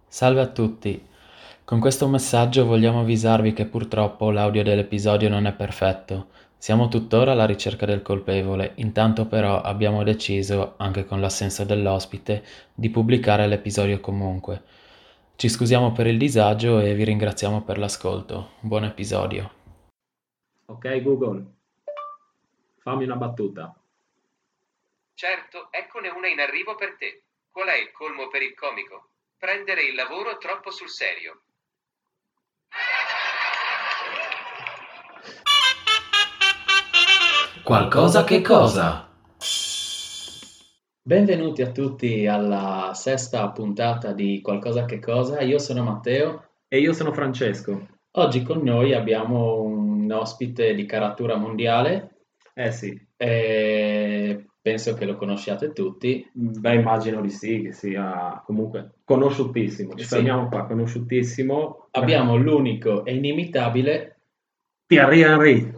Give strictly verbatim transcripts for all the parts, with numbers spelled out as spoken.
Salve a tutti. Con questo messaggio vogliamo avvisarvi che purtroppo l'audio dell'episodio non è perfetto. Siamo tuttora alla ricerca del colpevole, intanto però abbiamo deciso, anche con l'assenso dell'ospite, di pubblicare l'episodio comunque. Ci scusiamo per il disagio e vi ringraziamo per l'ascolto. Buon episodio. Ok Google, fammi una battuta. Certo, eccone una in arrivo per te. Qual è il colmo per il comico? Prendere il lavoro troppo sul serio. Qualcosa che cosa? Benvenuti a tutti alla sesta puntata di Qualcosa che cosa. Io sono Matteo. E io sono Francesco. Oggi con noi abbiamo un ospite di caratura mondiale. Eh sì, E penso che lo conosciate tutti. beh immagino di sì, che sia comunque conosciutissimo. Ci Sì. fermiamo qua, conosciutissimo. Abbiamo l'unico e inimitabile Thierry Henry.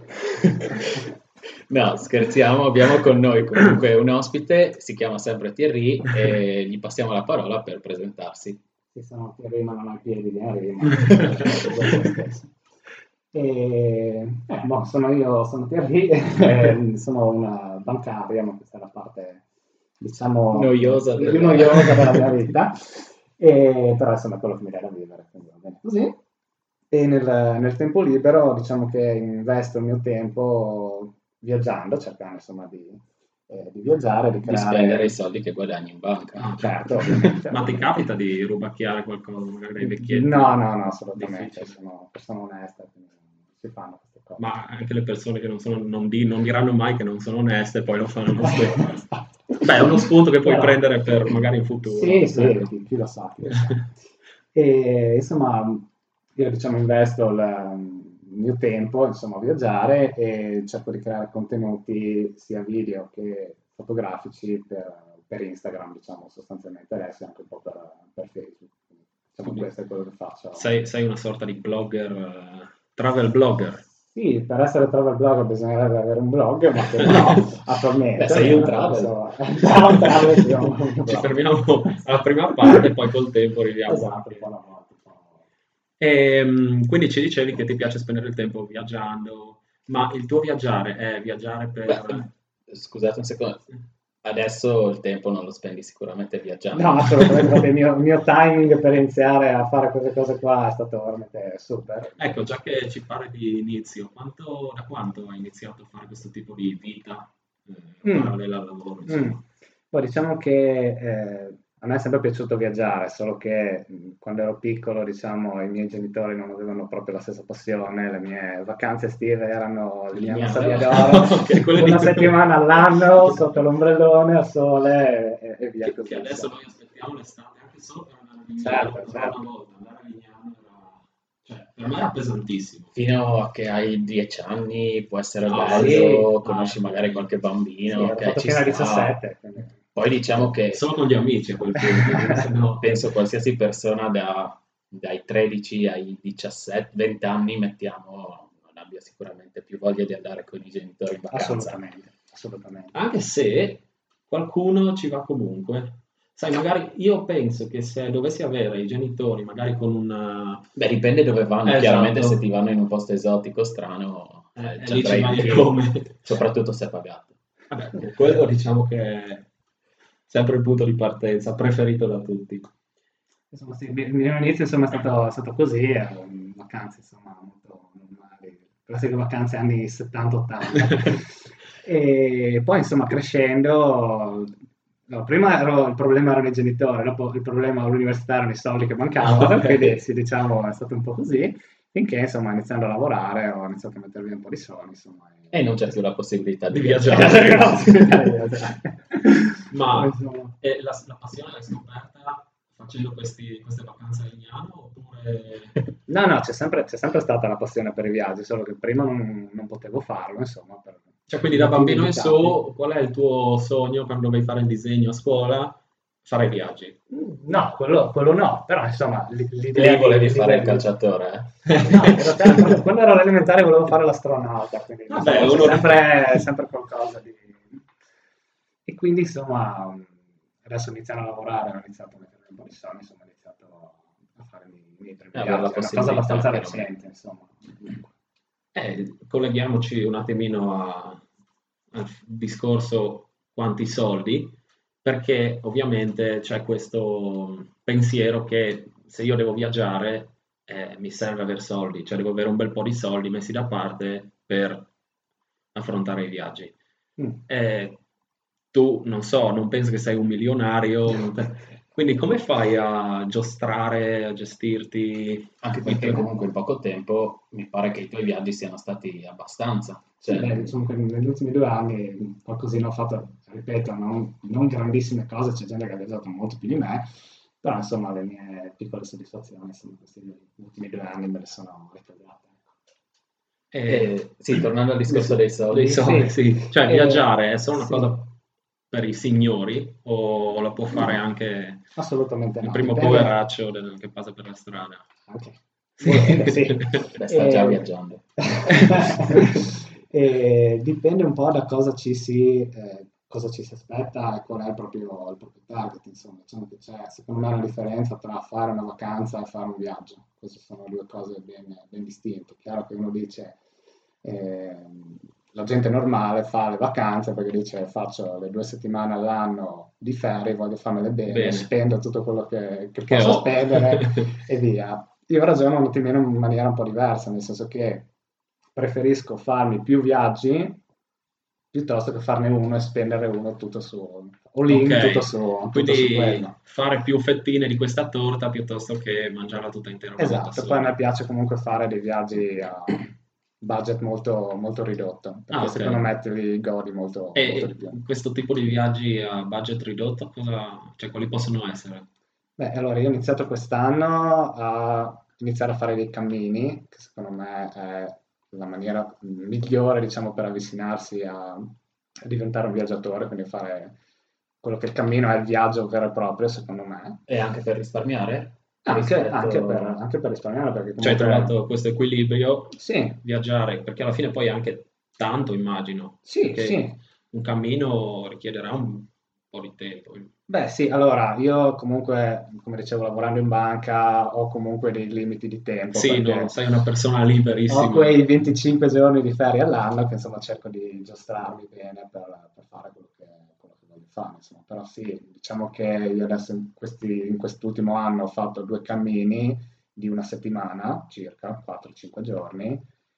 No, scherziamo, abbiamo con noi comunque un ospite, si chiama sempre Thierry e gli passiamo la parola per presentarsi. Sì, sono Thierry ma non ho i piedi di Henry, ma è lo stesso. E, eh, boh, sono io, sono Thierry, eh, sono una bancaria, ma questa è la parte, diciamo, Noiosa più della- noiosa della mia vita, e, però insomma è quello che mi dà da vivere, quindi va bene così. E nel, nel tempo libero, diciamo che investo il mio tempo viaggiando, cercando insomma di, eh, di viaggiare, di Di creare... spendere i soldi che guadagni in banca. Ah, Certo, ovviamente. Ma ti capita di rubacchiare qualcosa, magari dai vecchietti? No, no, no, assolutamente, Difficile. sono persone oneste, quindi non si fanno queste cose. Ma anche le persone che non, sono, non, di- non diranno mai che non sono oneste, poi lo fanno lo stesso. Beh, è uno spunto che puoi Però- prendere per magari in futuro. Sì, sì, Eh. chi, chi lo sa, chi lo sa. E insomma, io diciamo investo il il mio tempo, insomma, a viaggiare e cerco di creare contenuti sia video che fotografici per, per Instagram, diciamo, sostanzialmente adesso e anche un po' per, per Facebook. Quindi, diciamo, Quindi questo è quello che faccio. Sei, sei una sorta di blogger, eh, travel blogger. Sì, per essere travel blogger bisognerebbe avere un blog, ma che no, attualmente. Beh, sei un eh, travel. insomma, un travel, sì, un- un Ci blog. fermiamo alla prima parte e poi col tempo arriviamo. Esatto, un po' alla volta, un po' alla volta. E, mm, quindi ci dicevi che ti piace spendere il tempo viaggiando, ma il tuo viaggiare è viaggiare per... Beh, scusate un secondo, adesso il tempo non lo spendi sicuramente viaggiando. No, assolutamente, proprio il mio, il mio timing per iniziare a fare queste cose qua è stato veramente super. Ecco, già che ci parli di inizio, quanto, da quanto hai iniziato a fare questo tipo di vita eh, Mm. parallela al lavoro? Mm. Insomma? Poi diciamo che eh, a me è sempre piaciuto viaggiare, solo che mh, quando ero piccolo, diciamo, i miei genitori non avevano proprio la stessa passione, le mie vacanze estive erano il mio Lignano. sabbia d'oro, Ok, quelle di una tutti. settimana all'anno sotto l'ombrellone al sole e, e via Che, così. che adesso insomma. noi aspettiamo l'estate anche solo per andare a Lignano, Certo, però certo. una volta andare a Lignano era... Cioè, per me era pesantissimo. Fino a che hai dieci anni può essere No, bello, sì. conosci Ah, magari sì. qualche Sì, bambino, l'ho ok, fatto ci fino a sta. diciassette. quindi- Poi diciamo che Solo con gli amici a quel punto, se no... penso qualsiasi persona da- dai tredici ai diciassette venti anni, mettiamo, non abbia sicuramente più voglia di andare con i genitori in vacanza. Assolutamente, assolutamente. Anche se qualcuno ci va comunque. Sai, magari io penso che se dovessi avere i genitori, magari con una... Beh, dipende dove vanno, Esatto. chiaramente se ti vanno in un posto esotico, strano, Eh, eh, e ci lì ci andrai vai di e più, come. soprattutto se è pagato. Vabbè, quello diciamo che è sempre il punto di partenza, preferito da tutti. Insomma, sì, il mio inizio insomma, è stato, è stato così, erano vacanze insomma, molto normali, classiche vacanze anni settanta ottanta. E poi insomma crescendo, no, prima ero- il problema erano i genitori, dopo il problema all'università erano i soldi che mancavano, Ok. quindi sì, diciamo è stato un po' così, finché insomma iniziando a lavorare ho iniziato a mettere via un po' di soldi, insomma. E non c'è più la possibilità di Di viaggiare. viaggiare. La possibilità di viaggiare. Ma Poi, insomma, e la, la passione l'hai scoperta facendo questi- queste vacanze a Lignano oppure... No, no, c'è sempre, c'è sempre stata la passione per i viaggi, solo che prima non, non potevo farlo, insomma. Per Cioè, quindi da motivi bambino in evitati. su, qual è il tuo sogno quando dovevi fare il disegno a scuola? Fare viaggi. No, quello, quello no, però insomma l- l'idea Lì volevi di- fare il l'idea di- calciatore, eh? No, in realtà quando, quando ero all'elementare volevo fare l'astronauta, quindi Vabbè, insomma, c'è uno- sempre, sempre qualcosa di... E quindi insomma, adesso iniziando a lavorare, ho iniziato a mettere un po' di soldi, insomma, ho iniziato quindi tre E avere la viaggi, è una cosa possibilità, abbastanza chiaramente. recente, insomma. Eh, colleghiamoci un attimino a- al discorso quanti soldi, perché ovviamente c'è questo pensiero che se io devo viaggiare eh, mi serve avere soldi, cioè devo avere un bel po' di soldi messi da parte per affrontare i viaggi. Mm. Eh, tu, non so, non penso che sei un milionario, non te- quindi come fai a giostrare, a gestirti Anche i perché tuoi... comunque in poco tempo mi pare che i tuoi viaggi siano stati abbastanza. Sì, Cioè, beh, diciamo che negli ultimi due anni qualcosina ho fatto, ripeto, non, non grandissime cose, c'è gente che ha viaggiato molto più di me, però insomma le mie piccole soddisfazioni, insomma, questi ultimi due anni me le sono ricordate. Eh, eh, sì, tornando al discorso dei dei soldi, soldi, Sì, sì. Cioè, eh, viaggiare è solo una sì, cosa per i signori o la può fare no, anche assolutamente il no, primo dipende poveraccio del- che passa per la strada? anche, Sì. volendo, sì. beh, sta già E- viaggiando. e dipende un po' da cosa ci si, eh, cosa ci si aspetta e qual è il proprio, il proprio target, insomma. Diciamo che c'è, secondo me, una differenza tra fare una vacanza e fare un viaggio. Queste sono due cose ben, ben distinte. Chiaro che uno dice, ehm, la gente normale fa le vacanze perché dice faccio le due settimane all'anno di ferie, voglio farmele bene, Bene. spendo tutto quello che, che Che posso ho. spendere e via. Io ragiono un attimino in maniera un po' diversa, nel senso che preferisco farmi più viaggi piuttosto che farne uno e spendere uno tutto su, all in, tutto Ok, su, tutto su quindi quello. fare più fettine di questa torta piuttosto che mangiarla tutta intera una volta Esatto, poi a me sola. piace comunque fare dei viaggi a budget molto, molto ridotto, Ah, perché ok. secondo me te li godi molto, E molto di e più. questo tipo di viaggi a budget ridotto, cosa, cioè quali possono essere? Beh, allora io ho iniziato quest'anno a iniziare a fare dei cammini, che secondo me è la maniera migliore, diciamo, per avvicinarsi a, a diventare un viaggiatore, quindi fare quello che il cammino è il viaggio vero e proprio, secondo me. E anche per risparmiare Anche, rispetto... anche per, anche per risparmiare, perché Cioè hai comunque trovato questo equilibrio, sì, viaggiare, perché alla fine poi è anche tanto, immagino, sì, perché sì. un cammino richiederà un po' di tempo. Beh, sì, allora io comunque, come dicevo, lavorando in banca ho comunque dei limiti di tempo Sì, no, perché sei una persona ho liberissima. quei venticinque giorni di ferie all'anno che insomma cerco di giostrarmi bene per, per fare quello che, quello che voglio fare. Insomma. Però sì, diciamo che io adesso in, questi, in quest'ultimo anno ho fatto due cammini di una settimana, circa quattro cinque giorni,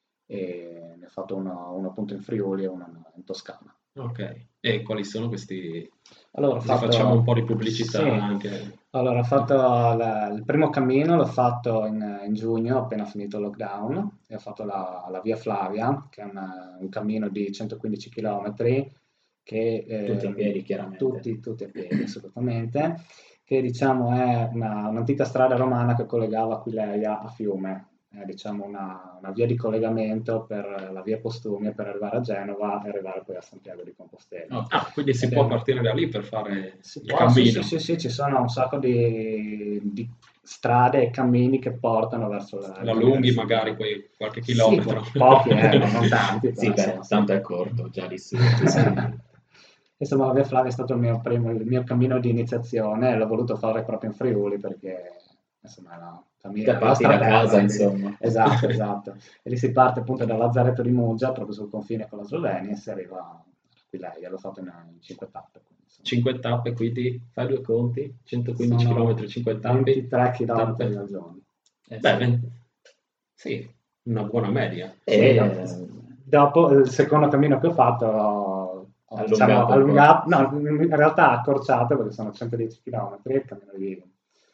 e ne ho fatto uno, uno appunto in Friuli e uno in, in Toscana. Ok, e quali sono questi? Allora, ho Così facciamo un po' di fatto, pubblicità sì, anche. allora, ho fatto la- il primo cammino, l'ho fatto in, in giugno, appena finito il lockdown, e ho fatto la, la Via Flavia, che è una- un cammino di centoquindici chilometri, che Tutti a ehm, piedi, chiaramente. tutti, tutti a piedi, assolutamente, che diciamo è una- un'antica strada romana che collegava Aquileia a Fiume, è diciamo una, una via di collegamento per la via Postumia per arrivare a Genova e arrivare poi a Santiago di Compostela. Ok. Ah, quindi si Ed è può una- partire da lì per fare si il può, sì, sì, cammino. sì, sì, ci sono un sacco di, di strade e cammini che portano verso la, il La Cammino di lunghi magari Santiago. quei qualche Sì, chilometro. po- pochi, eh, non, non tanti, Sì, però beh, insomma, sì. tanto è corto, già lì su. Sì. Insomma, la Via Flavia è stato il mio, primo, il mio cammino di iniziazione, l'ho voluto fare proprio in Friuli perché insomma, è la, la mia, Già la parti nostra da terra. casa, Quindi- insomma. Esatto, esatto. E lì si parte appunto da Lazzaretto di Muggia, proprio sul confine con la Slovenia, e si arriva a Aquileia. L'ho fatto in, in cinque tappe. Quindi, insomma. cinque tappe, quindi fai due conti, centoquindici Sono km, cinque tappe. ventitré chilometri tappe. al giorno. Eh, Beh, sì. ven- sì, una buona media. Sì, E dopo, dopo il secondo cammino che ho fatto ho, ho, diciamo, allungato un po'. allungato, no, in realtà accorciato perché sono centodieci chilometri il cammino di,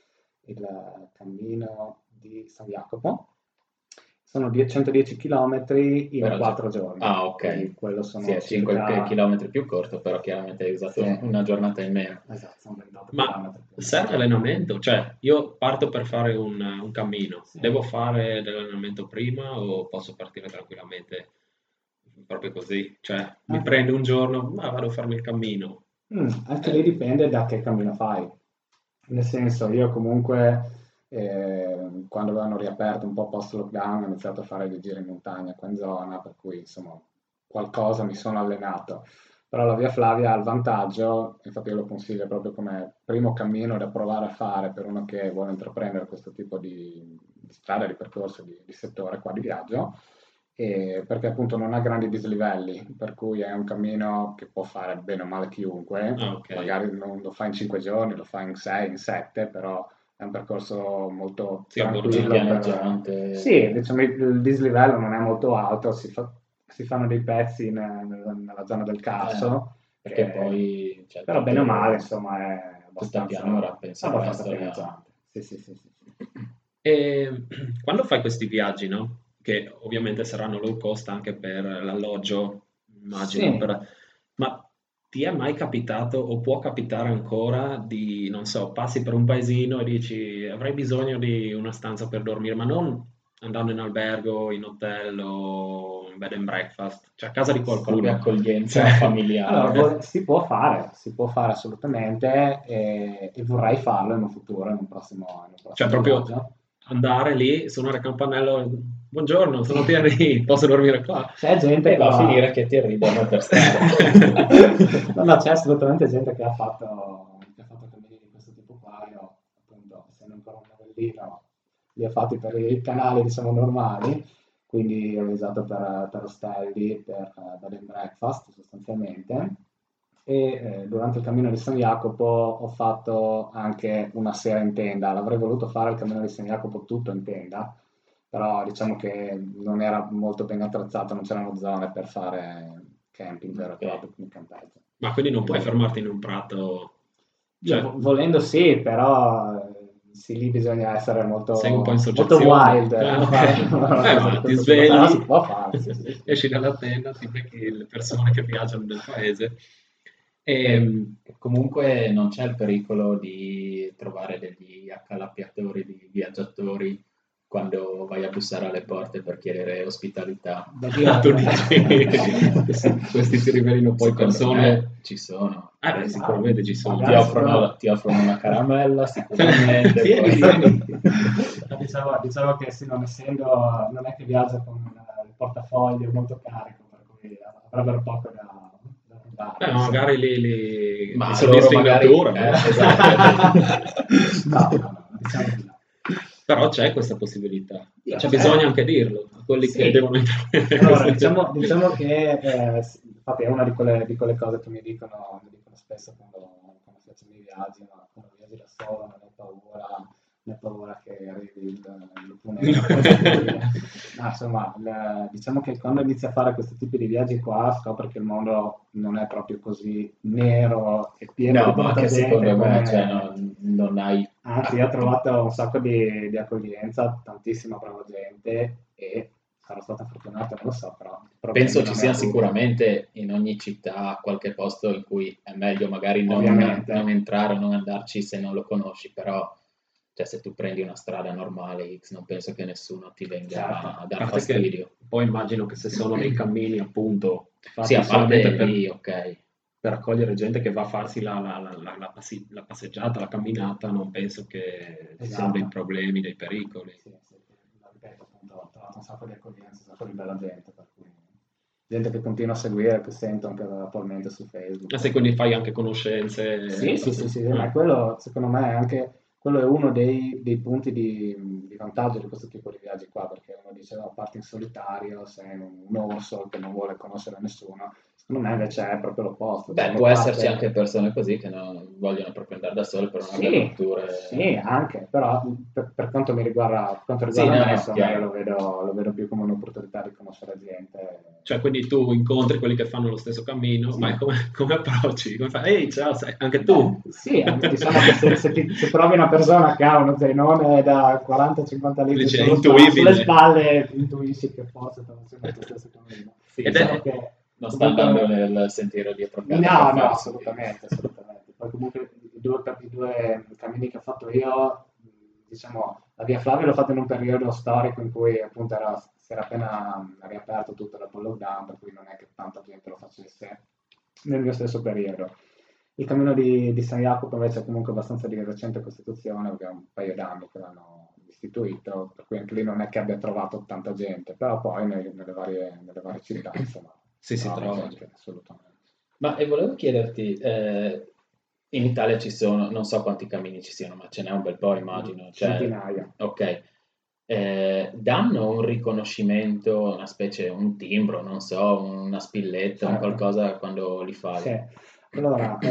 il cammino di San Jacopo. Sono die- centodieci chilometri in Però c'è- quattro giorni. Ah, ok. Quindi quello sono Sì, è cinque circa... chilometri più corto, però chiaramente hai usato Sì. una giornata in meno. Esatto, sono ventotto Ma chilometri. serve allenamento? Cioè, io parto per fare un, un cammino. Sì. Devo fare dell'allenamento prima o posso partire tranquillamente proprio così? Cioè, mi Ah. prendo un giorno, ma vado a farmi il cammino. Mm, anche Eh. lì dipende da che cammino fai. Nel senso, io comunque eh, quando avevano riaperto un po' post lockdown ho iniziato a fare dei giri in montagna qua in zona, per cui insomma qualcosa mi sono allenato. Però la Via Flavia ha il vantaggio, infatti io lo consiglio proprio come primo cammino da provare a fare per uno che vuole intraprendere questo tipo di, di strada, di percorso, di, di settore qua di viaggio, e perché appunto non ha grandi dislivelli, per cui è un cammino che può fare bene o male chiunque, Ah, ok. magari non lo fa in cinque giorni, lo fa in sei, in sette, però è un percorso molto Sì, tranquillo. pianeggiante. Per... Sì, diciamo il dislivello non è molto alto, si, fa... si fanno dei pezzi in, nella zona del Carso, Eh, perché che... poi... Cioè, però bene o tutto- male, insomma, è tutta abbastanza, pianura, penso abbastanza questo, pianeggiante. Sì, sì, sì, sì. E quando fai questi viaggi, no? Che ovviamente saranno low cost anche per l'alloggio, immagino, Sì. per- ma ti è mai capitato o può capitare ancora di, non so, passi per un paesino e dici avrei bisogno di una stanza per dormire, ma non andando in albergo, in hotel o in bed and breakfast, cioè a casa di proprio qualcuno. accoglienza Cioè, familiare. Allora, vo- si può fare, si può fare assolutamente e, e vorrei farlo in un futuro, in un prossimo, in un prossimo Cioè proprio viaggio. andare lì, suonare il campanello, buongiorno, sono Thierry, posso dormire qua? C'è gente E che va a va- finire che ti ridono per strada. no, no, c'è assolutamente gente che ha fatto, che ha fatto cammini di questo tipo qua. Io, appunto, essendo ancora un novellino, li ho fatti per i canali, diciamo, normali, quindi ho usato per, per ostelli, per eh, bed and breakfast, sostanzialmente. E eh, durante il cammino di San Jacopo ho fatto anche una sera in tenda. L'avrei voluto fare il cammino di San Jacopo tutto in tenda, però diciamo che non era molto ben attrezzato, non c'erano zone per fare camping vero e Ok. proprio, quindi campeggio. Ma quindi non puoi fermarti in un prato, Io cioè, vo- volendo sì, però eh, sì, lì bisogna essere molto, sei un po' in molto soggezione. wild. Ah, per ok. fare una Eh, cosa di ma ti questo tipo. svegli, Però si può fare, sì, sì, sì. esci dalla tenda, ti becchi le persone che viaggiano nel paese. E E, comunque non c'è il pericolo di trovare degli accalappiatori di viaggiatori quando vai a bussare alle porte per chiedere ospitalità. Da Dio- ah, tu dici, questi, questi si rivelino poi Secondo persone... me ci sono. Ah, beh, sicuramente ci sono. Ti Magari offrono, sono- ti offrono una caramella sicuramente. Tieni, poi- tieni. diciamo, diciamo che sì, non essendo, non è che viaggia con eh, il portafoglio molto carico, per cui avrebbero poco da, da rubare. Beh, ma insomma. magari li, li, Ma li loro soddisfi in magari- natura. eh, no? esatto. no, no, no, diciamo di no. Però c'è questa possibilità. Io C'è c'è. bisogno anche dirlo a quelli Sì. che devono intraprendere Allora, questo diciamo, genere. diciamo che eh, sì, infatti è una di quelle, di quelle cose che mi dicono, mi dicono spesso quando, quando facciamo i viaggi, ma quando viaggi da solo non hai paura, non hai paura che arrivi il, il lupo nero. No, insomma, il- diciamo che quando inizi a fare questi tipi di viaggi qua scopri che il mondo non è proprio così nero e pieno No, di ma brutta anche gente secondo me come- cioè, non, non hai... Anzi, io ho trovato un sacco di, di accoglienza, tantissima brava gente e sarò stato fortunato, non lo so, però problemi Penso non ci ne ho sia avuti. sicuramente in ogni città qualche posto in cui è meglio magari non, Ovviamente. non entrare o non andarci se non lo conosci, però cioè, se tu prendi una strada normale X non penso che nessuno ti venga Certo. a A dar parte che fastidio. poi immagino che se sono dei cammini appunto fatti Sì, a parte solamente per, lì, ok. per accogliere gente che va a farsi la, la- la- la- la passi- la passeggiata, la camminata, non penso che ci siano Esatto. dei problemi, dei pericoli. Sì, sì, ma ripeto, appunto, ho trovato un sacco di accoglienza, un sacco di bella gente, per cui gente che continua a seguire, che sento anche attualmente su Facebook. E se quindi fai anche conoscenze... Sì, sì, sì, sì, Ah. ma quello secondo me è anche quello è uno dei, dei punti di, di vantaggio di questo tipo di viaggi qua, perché uno dice no, parti in solitario, sei un, un orso che non vuole conoscere nessuno, secondo me invece è proprio l'opposto. Beh, Cioè, può uno esserci parte- anche persone così che non vogliono proprio andare da sole per una Sì, bella tour. e- sì, anche, però per, per quanto mi riguarda, per quanto Sì, riguarda no, me, no, insomma, chiaro. io lo vedo, lo vedo più come un'opportunità di conoscere gente. Cioè, quindi tu incontri quelli che fanno lo stesso cammino, Sì. ma come, come approcci? Come fai? Ehi, ciao, sei anche tu? Beh, sì, anche- diciamo che se, se ti- se trovi una persona che ha uno zainone da quaranta cinquanta litri Dice, sullo spa- intuibile. sulle spalle, intuisci che forse sta facendo il tuo stesso cammino. Sì, Ed Diciamo è- che non sta comunque- andando nel sentiero dietro casa No, per no, farsi- assolutamente, assolutamente. Poi comunque i due, i due cammini che ho fatto io, mh, diciamo, la Via Flavia l'ho fatto in un periodo storico in cui appunto era, si era appena mh, riaperto tutto dopo il lockdown, per cui non è che tanta gente lo facesse nel mio stesso periodo. Il cammino di, di San Jacopo invece è comunque abbastanza di recente costituzione, perché è un paio d'anni che l'hanno istituito, per cui anche lì non è che abbia trovato tanta gente, però poi nei- nelle varie, nelle varie città, insomma, Sì, si trova trova. gente, assolutamente. Ma e volevo chiederti, eh, in Italia ci sono, non so quanti cammini ci siano, ma ce n'è un bel po', immagino. Cioè, Centinaia. ok. Eh, danno un riconoscimento, una specie, un timbro, non so, una spilletta, un Certo. qualcosa quando li fai. Sì. Allora,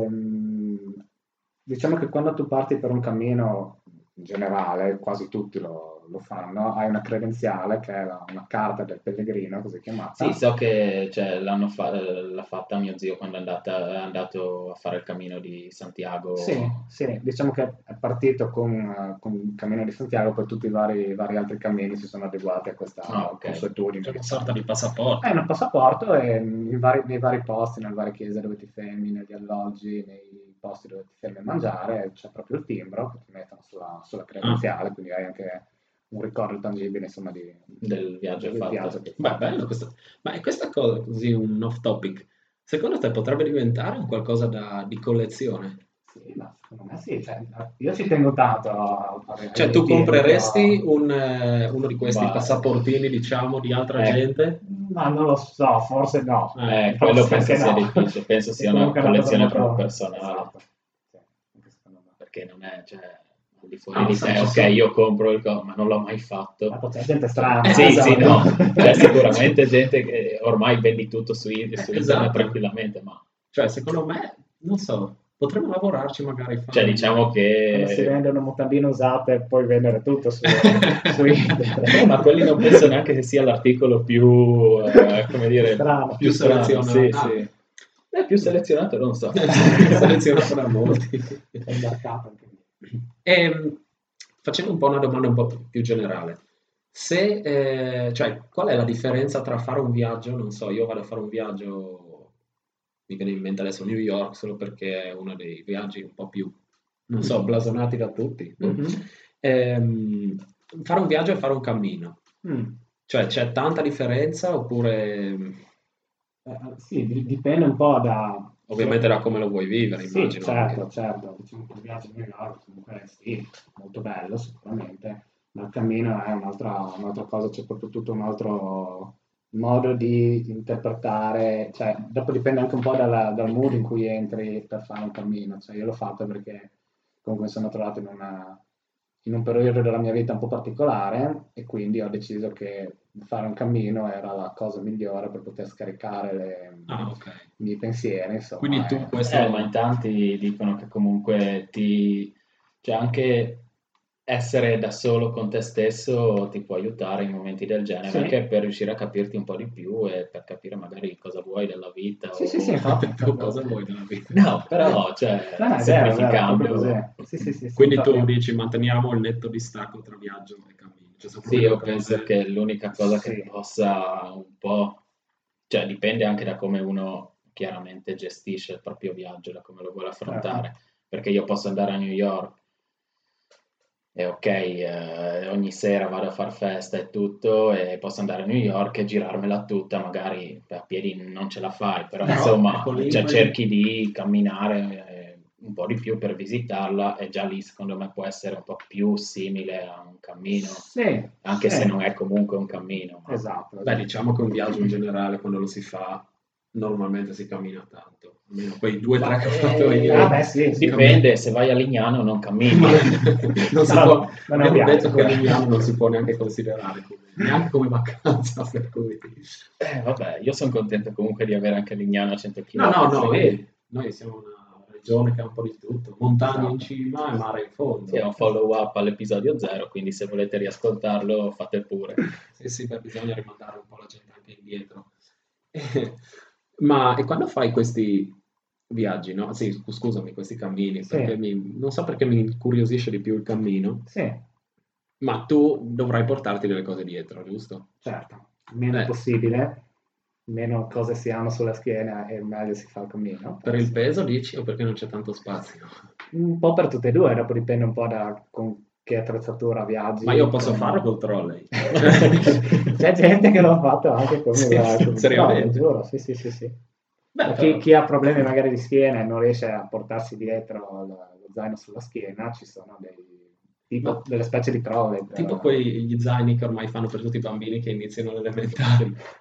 ehm, diciamo che quando tu parti per un cammino, in generale, quasi tutti lo, lo fanno, hai una credenziale che è la- una carta del pellegrino, così chiamata. Sì, so che cioè, l'hanno fa- l'ha fatta mio zio quando è, andata- è andato a fare il cammino di Santiago. Sì, sì, diciamo che è partito con, eh, con il Cammino di Santiago, poi tutti i vari, vari altri cammini si sono adeguati a questa Ah, ok. consuetudine. C'è una diciamo. sorta di passaporto. È un passaporto e mm, in vari- nei vari posti, nelle varie chiese dove ti fermi, negli alloggi, nei posti dove ti fermi a mangiare, c'è proprio il timbro che ti mettono sulla, sulla credenziale, quindi hai anche un ricordo tangibile, insomma, di, Del viaggio del fatto. viaggio che hai Beh, fatto. bello questo. Ma è questa cosa così un off topic? Secondo te potrebbe diventare un qualcosa da- di collezione? Sì, ma secondo me sì, cioè, io ci tengo tanto a fare Cioè, ai tu timbri, compreresti però- un, eh, uno di questi Ma- passaportini, diciamo, di altra Eh. gente? Ma non lo so, forse no. Eh, Eh, quello Forse penso anche sia no. difficile, penso È sia una comunque cosa collezione molto- proprio personale. Esatto. Sì, anche secondo me. Perché non è, cioè, al di fuori Ah, di sai, te, ci ok, sono- io compro il co- ma non l'ho mai fatto. Ma poi c'è gente strana. Eh, Sì, sì, esatto. no, c'è sicuramente gente che ormai vendi tutto su, su internet esatto. tranquillamente, ma Cioè, secondo me, non so, potremmo lavorarci magari. Fare cioè, diciamo Quando si che... vendono mutandine usate e puoi vendere tutto su, su internet. Eh, ma quelli non penso neanche che sia l'articolo più, eh, come dire, Strano. più strano, sì, selezionato. sì. È più selezionato, non so. selezionato da molti. È imbarcato anche lì. E, facendo un po' una domanda un po' più generale, se, eh, cioè, qual è la differenza tra fare un viaggio, non so, io vado a fare un viaggio, mi viene in mente adesso New York, solo perché è uno dei viaggi un po' più, non so, blasonati da tutti. no? Mhm. Ehm, fare un viaggio e fare un cammino, Mm. cioè c'è tanta differenza oppure Eh, sì, di- dipende un po' da... ovviamente da come lo vuoi vivere, Sì, immagino. certo, anche. certo. Diciamo che il viaggio a New York comunque sì, molto bello sicuramente, ma il cammino è un'altra un'altra cosa, c'è proprio tutto un altro modo di interpretare, cioè dopo dipende anche un po' dalla- dal mood in cui entri per fare un cammino, cioè io l'ho fatto perché comunque mi sono trovato in una- in un periodo della mia vita un po' particolare e quindi ho deciso che fare un cammino era la cosa migliore per poter scaricare le- Ah, ok. i miei pensieri, insomma. Quindi tu e- questo... Eh, ma in tanti dicono che comunque ti... cioè anche essere da solo con te stesso ti può aiutare in momenti del genere, Sì. anche per riuscire a capirti un po' di più e per capire magari cosa vuoi dalla vita. Sì, o... sì, sì, infatti. tu cosa vuoi dalla vita? No, però, cioè, No, no, è vero, è vero, è semplificando... proprio così. Sì, sì, sì, sì, Quindi tu infatti- dici manteniamo il netto distacco tra viaggio e cammino. Cioè, sono Sì, proprio io due penso cose- che l'unica cosa che Sì. possa un po', cioè dipende anche da come uno chiaramente gestisce il proprio viaggio, da come lo vuole affrontare, Certo. perché io posso andare a New York e ok, eh, ogni sera vado a far festa e tutto, e posso andare a New York e girarmela tutta, magari a piedi non ce la fai, però, Però, insomma, ecco, lì cioè, poi- cerchi di camminare eh, un po' di più per visitarla e già lì secondo me può essere un po' più simile a un cammino, Sì, anche sì. se non è comunque un cammino. ma- Esatto. Beh, diciamo che un viaggio in generale, quando lo si fa, normalmente si cammina tanto. Almeno quei due o tre Ma, che ho fatto eh, io. ah, beh, sì, sì. dipende, se vai a Lignano non cammini. Ma non si No, può, non è un abbiamo viaggio, detto che quello. Lignano non si può neanche considerare come, neanche come vacanza, per cui... Eh, vabbè, io sono contento comunque di avere anche Lignano a cento No, chilometri. no, noi, noi siamo una regione che ha un po' di tutto, montagne in cima e mare in fondo. Sì, è un follow up all'episodio zero, quindi se volete riascoltarlo fate pure. Sì, sì, beh, bisogna rimandare un po' la gente anche indietro. Eh, ma e quando fai questi viaggi, no? Sì, scu- scusami, questi cammini, Sì. perché mi, non so perché mi incuriosisce di più il cammino, Sì, ma tu dovrai portarti delle cose dietro, giusto? certo. Meno Eh. possibile, meno cose si hanno sulla schiena e meglio si fa il cammino. Per il peso dici o perché non c'è tanto spazio? Un po' per tutte e due, dopo dipende un po' da con che attrezzatura viaggi. Ma io posso con- farlo col trolley. C'è gente che l'ha fatto anche con Sì, il con il seriamente? trolley, giuro, sì, sì, sì, sì. Beh, Ma però- chi, chi ha problemi magari di schiena e non riesce a portarsi dietro l- lo zaino sulla schiena, ci sono dei, tipo, Ma- delle specie di trolley. per- Tipo quegli zaini che ormai fanno per tutti i bambini che iniziano le elementari.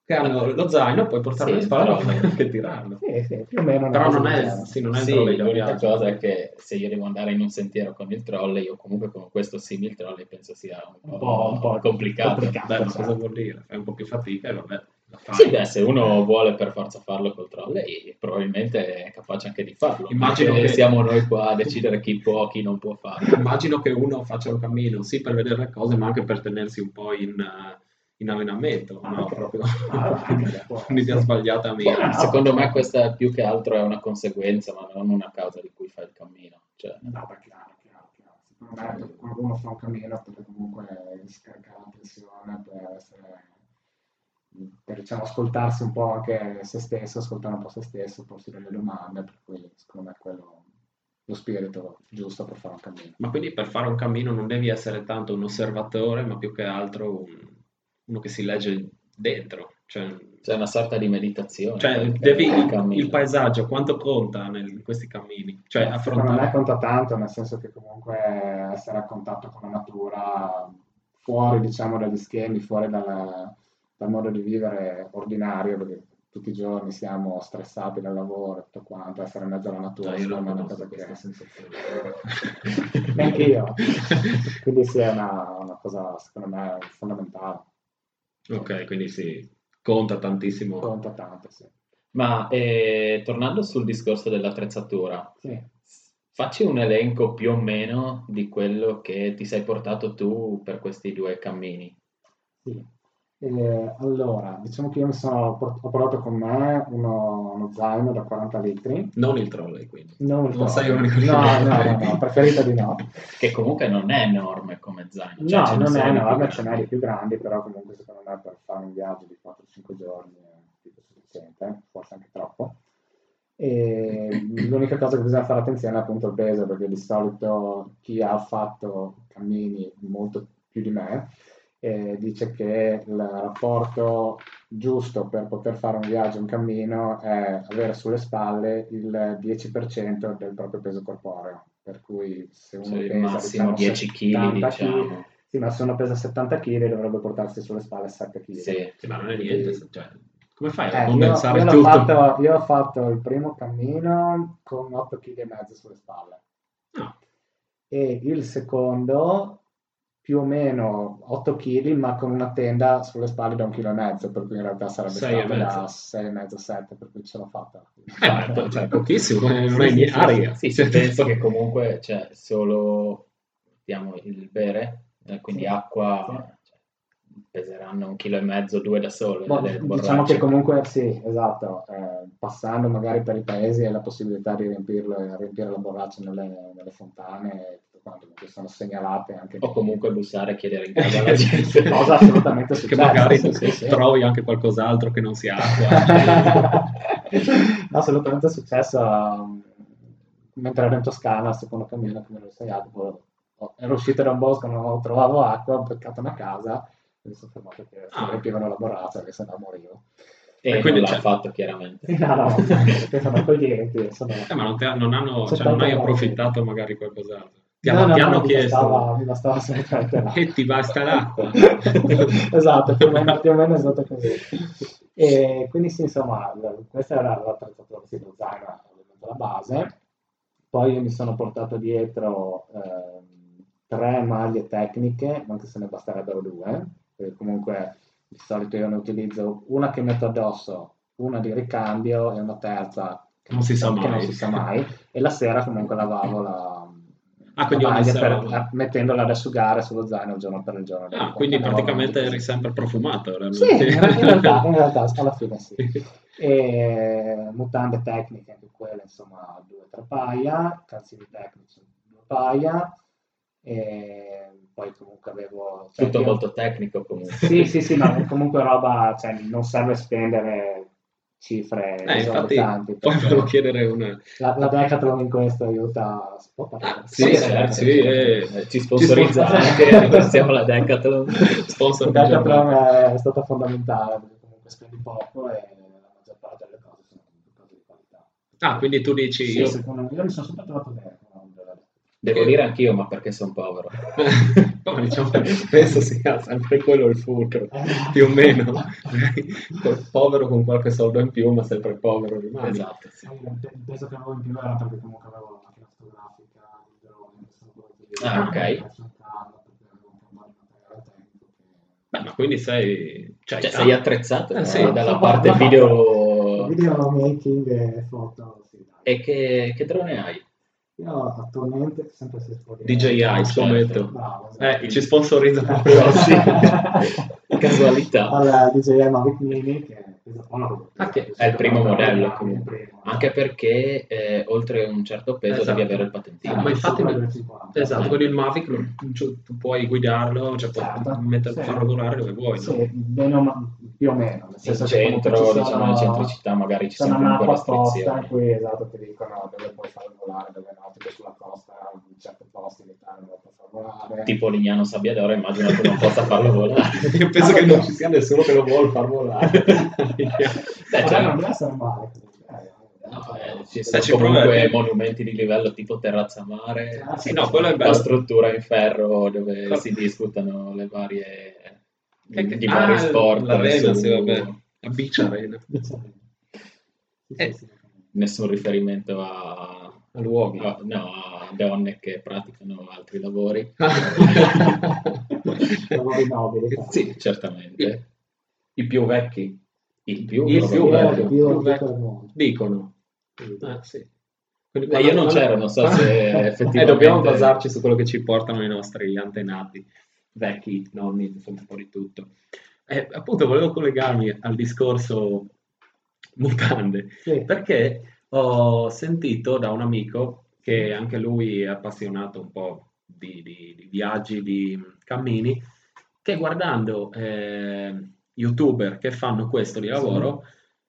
che hanno lo zaino, puoi portarlo Sì, in spalla però- e anche tirarlo. Sì, sì, più o meno una Però cosa non del è, genere. sì, non è il Sì, trolley da l'unica viaggio. cosa è che se io devo andare in un sentiero con il trolley, io comunque con questo simil trolley penso sia un po', Un po', un po' complicato. complicato. Beh, ma certo. cosa vuol dire? Fai un po' più fatica e vabbè, la fai. Sì, beh, se uno vuole per forza farlo col trolley, probabilmente è capace anche di farlo. Immagino Perché che- siamo noi qua a decidere chi può, chi non può farlo. Immagino che uno faccia un cammino, sì, per vedere le cose, ma anche per tenersi un po' in, eh, in allenamento. No, Anche. proprio Ah, anche, può un'idea essere. sbagliata mia. Buona. Secondo me certo. questa più che altro è una conseguenza, ma non una causa di cui fai il cammino. Cioè, No, beh, chiaro, chiaro, chiaro. Secondo me per qualcuno fa un cammino perché comunque scaricare la tensione per essere, per diciamo, ascoltarsi un po' anche se stesso, ascoltare un po' se stesso, porsi delle domande, per cui secondo me è quello lo spirito giusto per fare un cammino. Ma quindi per fare un cammino non devi essere tanto un osservatore, ma più che altro un- uno che si legge dentro. Cioè, c'è una sorta di meditazione. cioè, anche devi, nel il, cammino. il paesaggio quanto conta nel- in questi cammini? Cioè, Secondo me affrontare... conta tanto, nel senso che comunque essere a contatto con la natura, fuori diciamo dagli schemi, fuori dal, dal modo di vivere ordinario, perché tutti i giorni siamo stressati dal lavoro e tutto quanto, essere in mezzo alla natura No, io secondo non me è una conosco cosa che... questa sensazione. Neanche io. Quindi sì, è una, una cosa secondo me fondamentale, Ok, quindi sì, conta tantissimo. conta tanto, sì. Ma eh, tornando sul discorso dell'attrezzatura, Sì. facci un elenco più o meno di quello che ti sei portato tu per questi due cammini. Sì. Eh, allora, diciamo che io mi sono port- ho portato con me uno, uno zaino da quaranta litri. Non il trolley, quindi. Non, il Non sei trolley. uno di quelli No, che- no, no, no, preferito di no. Che comunque non è enorme come zaino. Cioè, No, ce ne non è sono di più enorme, ce n'è grandi. di più grandi, però comunque secondo me per fare un viaggio di quattro cinque giorni è più che sufficiente, forse anche troppo. E l'unica cosa che bisogna fare attenzione è appunto il peso, perché di solito chi ha fatto cammini molto più di me eh, dice che il rapporto giusto per poter fare un viaggio, un cammino, è avere sulle spalle il dieci per cento del proprio peso corporeo. Per cui se uno Cioè, il pesa massimo diciamo, dieci chili, settanta diciamo. chili, sì, ma se uno pesa settanta chili dovrebbe portarsi sulle spalle sette chili. Sì. Sì, ma non è niente, cioè, come fai a Eh, io, condensare io l'ho tutto? fatto, io ho fatto il primo cammino con otto chili e mezzo sulle spalle No. e il secondo più o meno otto chili ma con una tenda sulle spalle da un chilo e mezzo, per cui in realtà sarebbe Sei e stato mezzo. da sei e mezzo sette, per cui ce l'ho fatta. Eh, ma è po- cioè, pochissimo, non è, non Sì, è sì, ni- sì, aria. Sì, se pensi che comunque c'è solo diciamo, il bere, eh, quindi Sì, acqua, sì. cioè, peseranno un chilo e mezzo, due da sole. Boh, le diciamo borracce. che comunque sì, esatto, eh, passando magari per i paesi hai la possibilità di riempirlo e riempire la borraccia nelle, nelle fontane e tutto quanto, che sono segnalate anche O di- comunque bussare e chiedere in casa alla gente. cosa assolutamente Che successa. magari Sì, sì, sì. trovi anche qualcos'altro che non sia acqua. Assolutamente successo um, mentre ero in Toscana, secondo cammino, come lo sai, acqua, oh, ero uscito da un bosco, non trovavo acqua, ho beccato una casa e mi sono fermato che si Ah. riempivano la borraccia, che se no morivo. E, E quindi non l'ha c'è- fatto chiaramente. Sì, no, no, perché sono accoglienti. Sono... Eh, ma non, te- non hanno, C'è cioè, non hai tanto- approfittato magari qualcos'altro. Ti No, hanno, no, ti no, hanno mi chiesto bastava, mi bastava assolutamente l'acqua. e ti basta l'acqua. Esatto, più o meno, più o meno è stato così. E quindi sì, insomma, l- questa era l'attrezzatura, sì, lo zaino è ovviamente la base. Poi io mi sono portato dietro ehm, tre maglie tecniche, anche se ne basterebbero due, perché comunque di solito io ne utilizzo una che metto addosso, una di ricambio e una terza che Non si sa che non mai. si sa mai, e la sera comunque lavavo la, Ah, quindi la ogni maglia sera per- lavi. mettendola ad asciugare sullo zaino il giorno per il giorno dopo. Ah, quindi Andavo praticamente avanti eri così. sempre profumato. era- Sì, in, in realtà, in realtà alla fine sì. E mutande tecniche, anche quelle, insomma, due o tre paia, calzini tecnici, due paia, e poi comunque avevo... cioè, Tutto io- molto tecnico comunque. Sì, sì, sì, ma comunque roba, cioè, non serve spendere cifre Eh, infatti, esorbitanti. poi perché volevo chiedere una... La, la Decathlon in questo aiuta, si può parlare? Sì, Sì, certo, certo, sì, certo. eh. Eh, ci sponsorizza Ci sponsor- anche, ringraziamo la Decathlon. Sponsor La di Decathlon giornata. è stata fondamentale perché comunque spendi poco e la maggior parte delle cose sono comunque cose di qualità. Ah, quindi tu dici, Sì, io, secondo me, io mi sono sempre trovato bene con la Decathlon. Devo Che- dire anch'io, ma perché sono povero. No, diciamo, penso sia sempre quello il fulcro, più o meno. Col povero con qualche soldo in più, ma sempre povero rimani. Esatto, sì. Sai, il pe- il peso che avevo in più era perché comunque avevo la macchina fotografica, il drone, queste cose lì. Ah, ok. Adesso un carro, perché avevo anche un po' di materiale tecnico che- Beh, ma quindi sei... Cioè, Cioè, tanto- sei attrezzato Eh, eh, sì. dalla No, parte no, video. Video making e foto, sì, dai. E che, che drone hai? Io attualmente, sempre se si può dire, D J I, Ah, scommetto. certo. bravo, esatto. Eh, ci sponsorizza proprio Sì. sì. Casualità. Allora, D J I Mavic Mini, che pesa poco. Ah, che È il primo modello Il comunque. primo, Anche esatto. perché eh, oltre un certo peso Esatto. devi avere il Eh, patentino. Ma infatti, sopra i duecentocinquanta. esatto, con il Mavic lo- cioè, tu puoi guidarlo, cioè puoi Certo, metterlo, sì. farlo volare dove vuoi, no? Sì, bene o ma- più o meno, nel In senso che comunque centro, ci sono, diciamo, nel centro città magari ci c'è sono una comunque mappa apposta restrizioni. in cui esatto ti dicono dove puoi farlo volare, dove no, tipo sulla costa, in certi posti in Italia non lo puoi far volare. Tipo Lignano Sabbiadoro, immagino tu non possa farlo volare. Io penso che non ci sia nessuno che lo vuole far volare. Beh, Ma cioè, non deve essere male. Eh, no, eh, ci Eh, sono ci prova comunque anche- monumenti di livello tipo Terrazza Mare, Ah, Sì, no, quello è bello. la struttura in ferro dove Quello- si discutano le varie Che- che- di ah, vari sport. l'arena, su- sì, vabbè. La beach arena. Sì, sì, Eh. sì. Nessun riferimento a, A luoghi. a- no, a donne che praticano altri lavori. Lavori nobili. Sì, Certamente. i più vecchi. Il più, Il più probabilmente. vecchio. più più vecchio vecchio. del mondo. Dicono. Sì. Ah, sì. Quindi Eh, io non c'ero, non so se Eh, effettivamente- dobbiamo basarci su quello che ci portano i nostri antenati, vecchi, nonni, insomma, un po' di tutto. Eh, appunto, volevo collegarmi al discorso mutande, Sì. perché ho sentito da un amico che anche lui è appassionato un po' di, di- di viaggi, di cammini, che guardando eh, YouTuber che fanno questo di lavoro,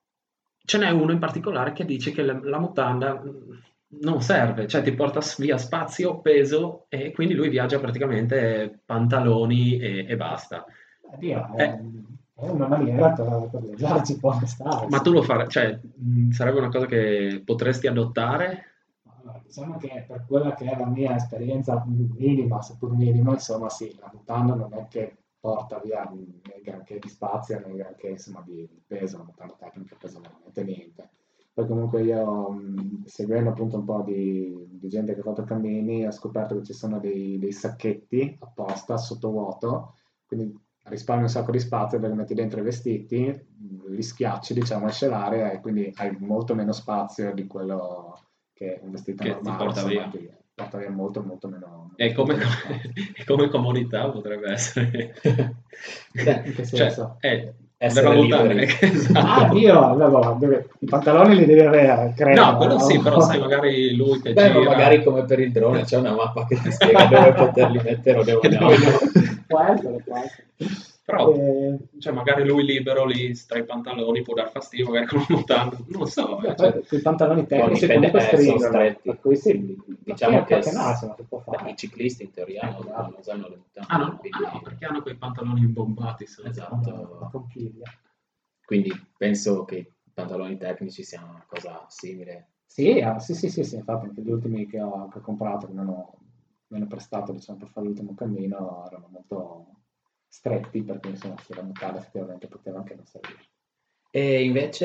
ce n'è uno in particolare che dice che la, la mutanda mh, non serve, cioè ti porta s- via spazio, peso e quindi lui viaggia praticamente pantaloni e, e basta. Dio, Eh. è, è una maniera per, per viaggiarci può stare. Ma tu lo farai, cioè mh, sarebbe una cosa che potresti adottare? Allora, diciamo che per quella che è la mia esperienza minima, seppur minima, insomma, sì, la mutanda non è che porta via né granché di spazio né granché insomma, di, di peso, la mutanda tecnica pesa veramente niente. Poi comunque io, mh, seguendo appunto un po' di, di gente che ha fatto cammini, ho scoperto che ci sono dei, dei sacchetti apposta sottovuoto, quindi risparmi un sacco di spazio perché metti dentro i vestiti, mh, li schiacci, diciamo, esce l'aria e quindi hai molto meno spazio di quello che un vestito Che ti normale, porta insomma, via. ti porta via molto, molto meno. E come, molto meno spazio. e come comodità potrebbe essere. Beh, In che Cioè, senso? è Essere per la mutanda, liberi. esatto. Ah, Dio, allora, deve- i pantaloni li devi avere, credo. No, quello sì, però sai, magari lui che Beh, ma gira... magari come per il drone c'è una mappa che ti spiega dove poterli mettere o dove E no. dove no. Può essere, può essere. Però, Eh, cioè, magari lui libero lì tra i pantaloni può dar fastidio, magari con la mutanda, non lo so. Beh, eh, cioè, poi i pantaloni tecnici dipende- comunque eh, sono stringono, stretti. per cui sì, Diciamo perché, che perché no, insomma, si può beh, fare. i ciclisti in teoria Ecco, non, bravo. non usano le mutande. ah, no, quindi, ah, no, perché hanno quei pantaloni imbombati. Sono. Esatto. La conchiglia. quindi penso che i pantaloni tecnici siano una cosa simile. Sì, ah, sì, sì, sì, sì, infatti anche gli ultimi che ho, che ho comprato, che mi hanno, mi hanno prestato diciamo, per fare l'ultimo cammino, erano molto stretti perché insomma se la mutanda effettivamente poteva anche non servire. E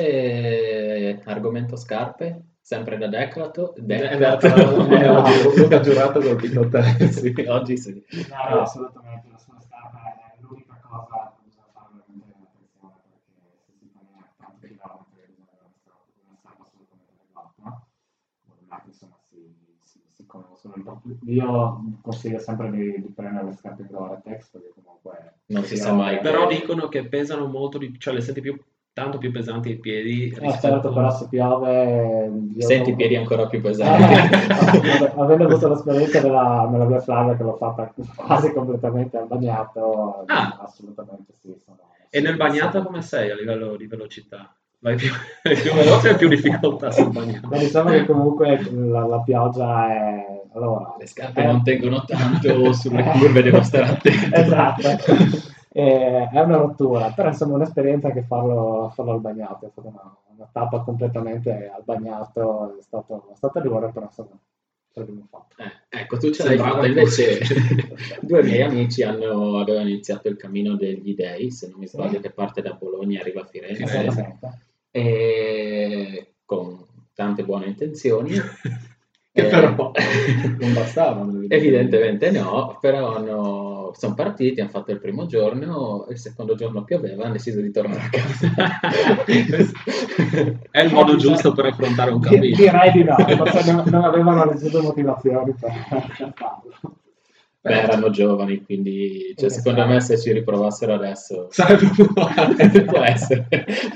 invece argomento scarpe, sempre da Decathlon. Decathlon, eh, oggi Luca ha giurato col dito te. Sì, oggi sì. No, no, assolutamente, la sua scarpa è l'unica cosa che bisogna fare veramente attenzione perché se si fa tanti chilometri bisogna avere una scarpa assolutamente adeguata. Ormai insomma si, si, si conoscono un po' più. Io consiglio sempre di, di prendere le scarpe in Gore-Tex perché comunque Non si io- sa mai. Però dicono che pesano molto, di, cioè le senti più, tanto più pesanti ai piedi Eh, rispetto... certo, però se piove... io- Senti i piedi ancora più Eh, pesanti. vabbè, avendo avuto l'esperienza della, della mia Flavia che l'ho fatta quasi completamente al bagnato, Ah. assolutamente sì. Sono, E nel sì, bagnato sì. come sei a livello di velocità? Vai più, vai più veloce o più difficoltà sul bagnato? Ma diciamo che comunque la, la pioggia è... Allora, Le scarpe è- non tengono tanto, sulle curve devo stare attento. Esatto. Eh, è una rottura, però insomma è un'esperienza che farlo, farlo al bagnato, è stata una, una tappa completamente al bagnato, è stato, è stata dura, però insomma ce l'abbiamo fatto. Eh, ecco, tu ce l'hai Sembrava fatta, invece impossibile. due miei amici hanno, avevano iniziato il cammino degli dei, se non mi Sì. sbaglio, che parte da Bologna e arriva a Firenze, Esattamente. e con tante buone intenzioni. Che Eh, però non bastavano. Evidentemente no, però hanno- sono partiti, hanno fatto il primo giorno, il secondo giorno pioveva, hanno deciso di tornare a casa. È il modo giusto per affrontare un Di- cammino. Direi di no, forse non, non avevano le giuste motivazioni per, per farlo. Beh, erano giovani, quindi cioè, secondo me se ci riprovassero adesso Sarebbe buono. può essere.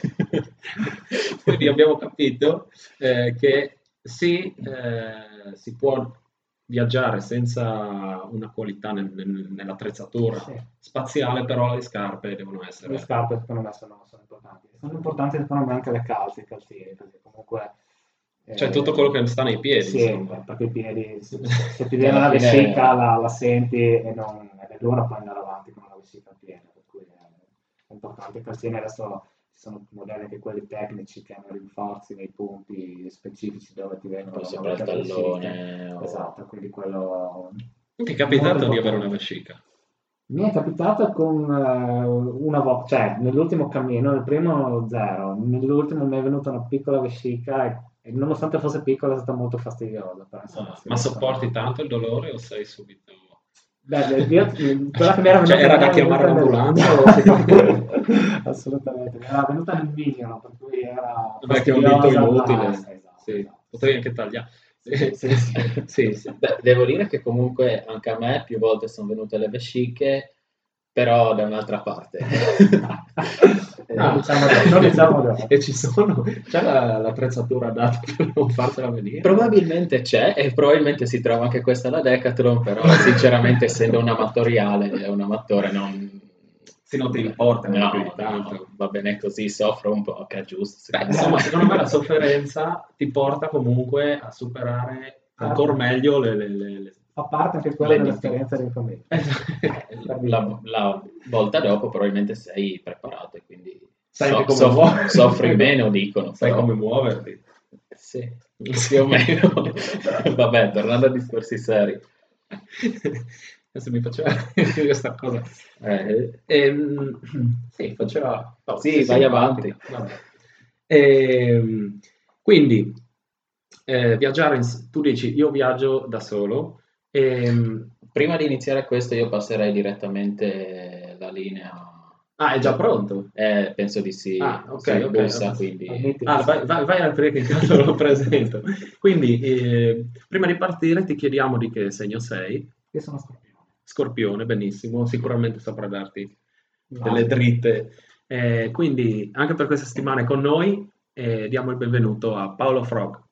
Quindi abbiamo capito eh, che sì, eh, si può viaggiare senza una qualità nel- nel- nell'attrezzatura Sì. spaziale, però le scarpe devono essere... Le scarpe secondo me sono, sono importanti. Sono importanti secondo me anche le calze, i calzini, perché comunque... eh, Cioè tutto quello che sta nei piedi, Sì, insomma. perché i piedi, se, se ti Che viene alla la fine- vescica la, la senti e non ed è dura poi andare avanti con la vescica piena, per cui è importante. I calzini adesso ci sono modelli anche quelli tecnici che hanno rinforzi nei punti specifici dove ti vengono o le sopra il molte vesciche. tallone o- Esatto, quindi quello... Ti è capitato molto di avere una importante. vescica? Mi è capitato con eh, una volta, cioè nell'ultimo cammino, nel primo zero, nell'ultimo mi è venuta una piccola vescica e, e nonostante fosse piccola è stata molto fastidiosa. Però, insomma, Ah, si ma riescono- sopporti tanto il dolore o sei subito... Beh, io, quella che mi era venuta Cioè, era da mi chiamare venuta l'ambulanza nel- o... Assolutamente, mi era venuta nel mignolo, per cui era Vabbè, che è un dito fastidiosa, inutile. ma- esatto, Sì, esatto. potevi anche tagliare. Sì, sì, sì. Sì, sì. Beh, devo dire che comunque anche a me più volte sono venute le vesciche, però da un'altra parte. Non diciamo dopo, non diciamo dopo. E ci sono, c'è la- l'attrezzatura adatta per non farsela venire? Probabilmente c'è e probabilmente si trova anche questa alla Decathlon, però sinceramente essendo un amatoriale, un amatore non... Sì, non ti importa No, più di tanto. no, va bene così, soffro un po', che è giusto. Beh, secondo insomma, me. secondo me la sofferenza ti porta comunque a superare ancora meglio le... le, le- le- Fa parte anche quella Le dell'esperienza del cammino. La, la volta dopo probabilmente sei preparato e quindi Sai so- anche come soff- muoverti. soffri meno, dicono. Sai però- come muoverti. Sì, più o meno. Vabbè, tornando a discorsi seri. Adesso mi faceva questa cosa. Eh, Ehm, sì, faceva... no, Sì, sei vai simpatica. avanti. Vabbè. Ehm, quindi, eh, viaggiare, in- tu dici, io viaggio da solo. Ehm, Prima di iniziare questo io passerei direttamente la linea. ah, è già pronto? Eh, penso di sì. Ah, ok, Sì, ok. bussa, quindi... Ah, vai, vai, vai al tre che intanto lo presento. Quindi, eh, prima di partire ti chiediamo di che segno sei. Io sono Scorpione. Scorpione, benissimo, sicuramente saprà darti No. delle dritte. Eh, quindi, anche per questa settimana è con noi, eh, diamo il benvenuto a Paolo Frog.